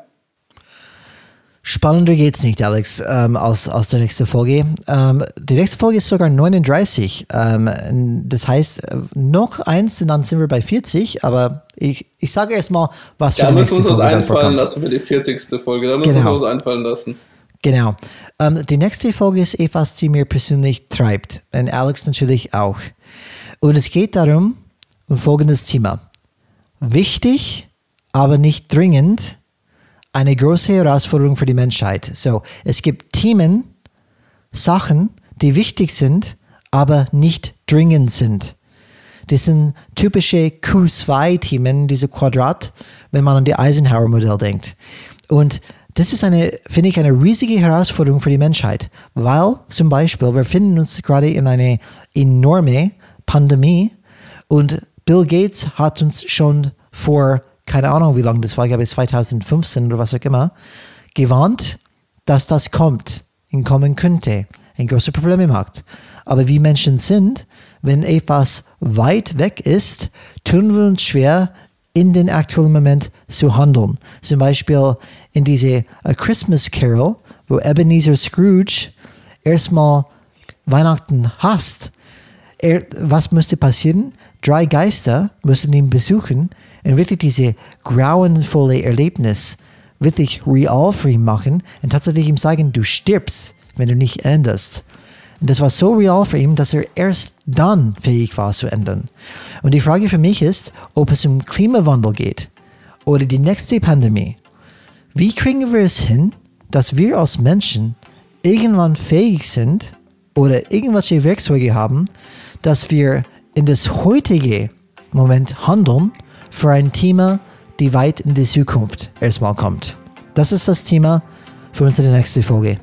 Spannender geht's nicht, Alex, ähm, aus, aus der nächsten Folge. Ähm, die nächste Folge ist sogar neununddreißig. Ähm, das heißt, noch eins, und dann sind wir bei vierzig. Aber ich, ich sage erst mal, was für
da
die nächste Folge.
Da müssen wir uns was einfallen lassen für die vierzigste Folge. Da müssen wir genau. uns was einfallen lassen.
Genau. Ähm, die nächste Folge ist etwas, die mir persönlich treibt. Und Alex natürlich auch. Und es geht darum, um folgendes Thema. Wichtig, aber nicht dringend, eine große Herausforderung für die Menschheit. So, es gibt Themen, Sachen, die wichtig sind, aber nicht dringend sind. Das sind typische Q zwei Themen, diese Quadrat, wenn man an die Eisenhower-Modell denkt. Und das ist eine, finde ich, eine riesige Herausforderung für die Menschheit, weil zum Beispiel, wir befinden uns gerade in einer enormen Pandemie und Bill Gates hat uns schon vor, keine Ahnung wie lange das war, ich glaube zwanzig fünfzehn oder was auch immer, gewarnt, dass das kommt und kommen könnte, ein großes Problem macht. Aber wie Menschen sind, wenn etwas weit weg ist, tun wir uns schwer, in den aktuellen Moment zu handeln. Zum Beispiel in diese A Christmas Carol, wo Ebenezer Scrooge erstmal Weihnachten hasst. Er, was müsste passieren? Drei Geister müssen ihn besuchen und wirklich diese grauenvolle Erlebnis wirklich real für ihn machen und tatsächlich ihm sagen, du stirbst, wenn du nicht änderst. Und das war so real für ihn, dass er erst dann fähig war zu ändern. Und die Frage für mich ist, ob es um Klimawandel geht oder die nächste Pandemie. Wie kriegen wir es hin, dass wir als Menschen irgendwann fähig sind oder irgendwelche Werkzeuge haben, dass wir in das heutige Moment handeln für ein Thema, die weit in die Zukunft erstmal kommt. Das ist das Thema für unsere nächste Folge.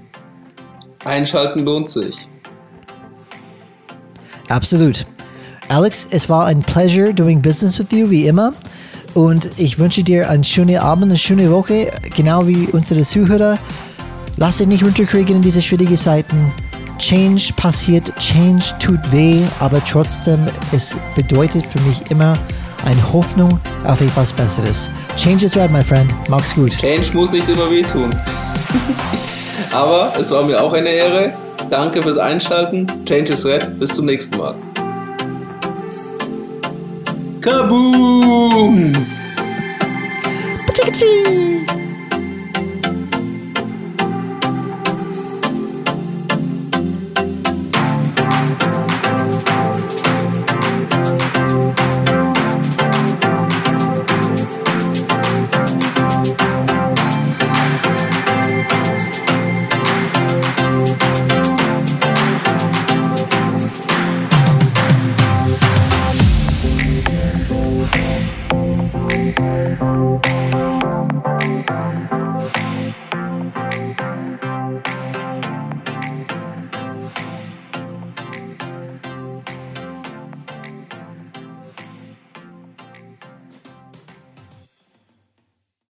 Einschalten lohnt sich.
Absolut. Alex, es war ein Pleasure doing business with you, wie immer. Und ich wünsche dir einen schönen Abend, eine schöne Woche, genau wie unsere Zuhörer. Lass dich nicht runterkriegen in diese schwierigen Zeiten. Change passiert, Change tut weh, aber trotzdem, es bedeutet für mich immer eine Hoffnung auf etwas Besseres. Change is right, my friend. Mach's gut.
Change muss nicht immer wehtun. Aber es war mir auch eine Ehre. Danke fürs Einschalten. Change is red. Bis zum nächsten Mal. Kaboom!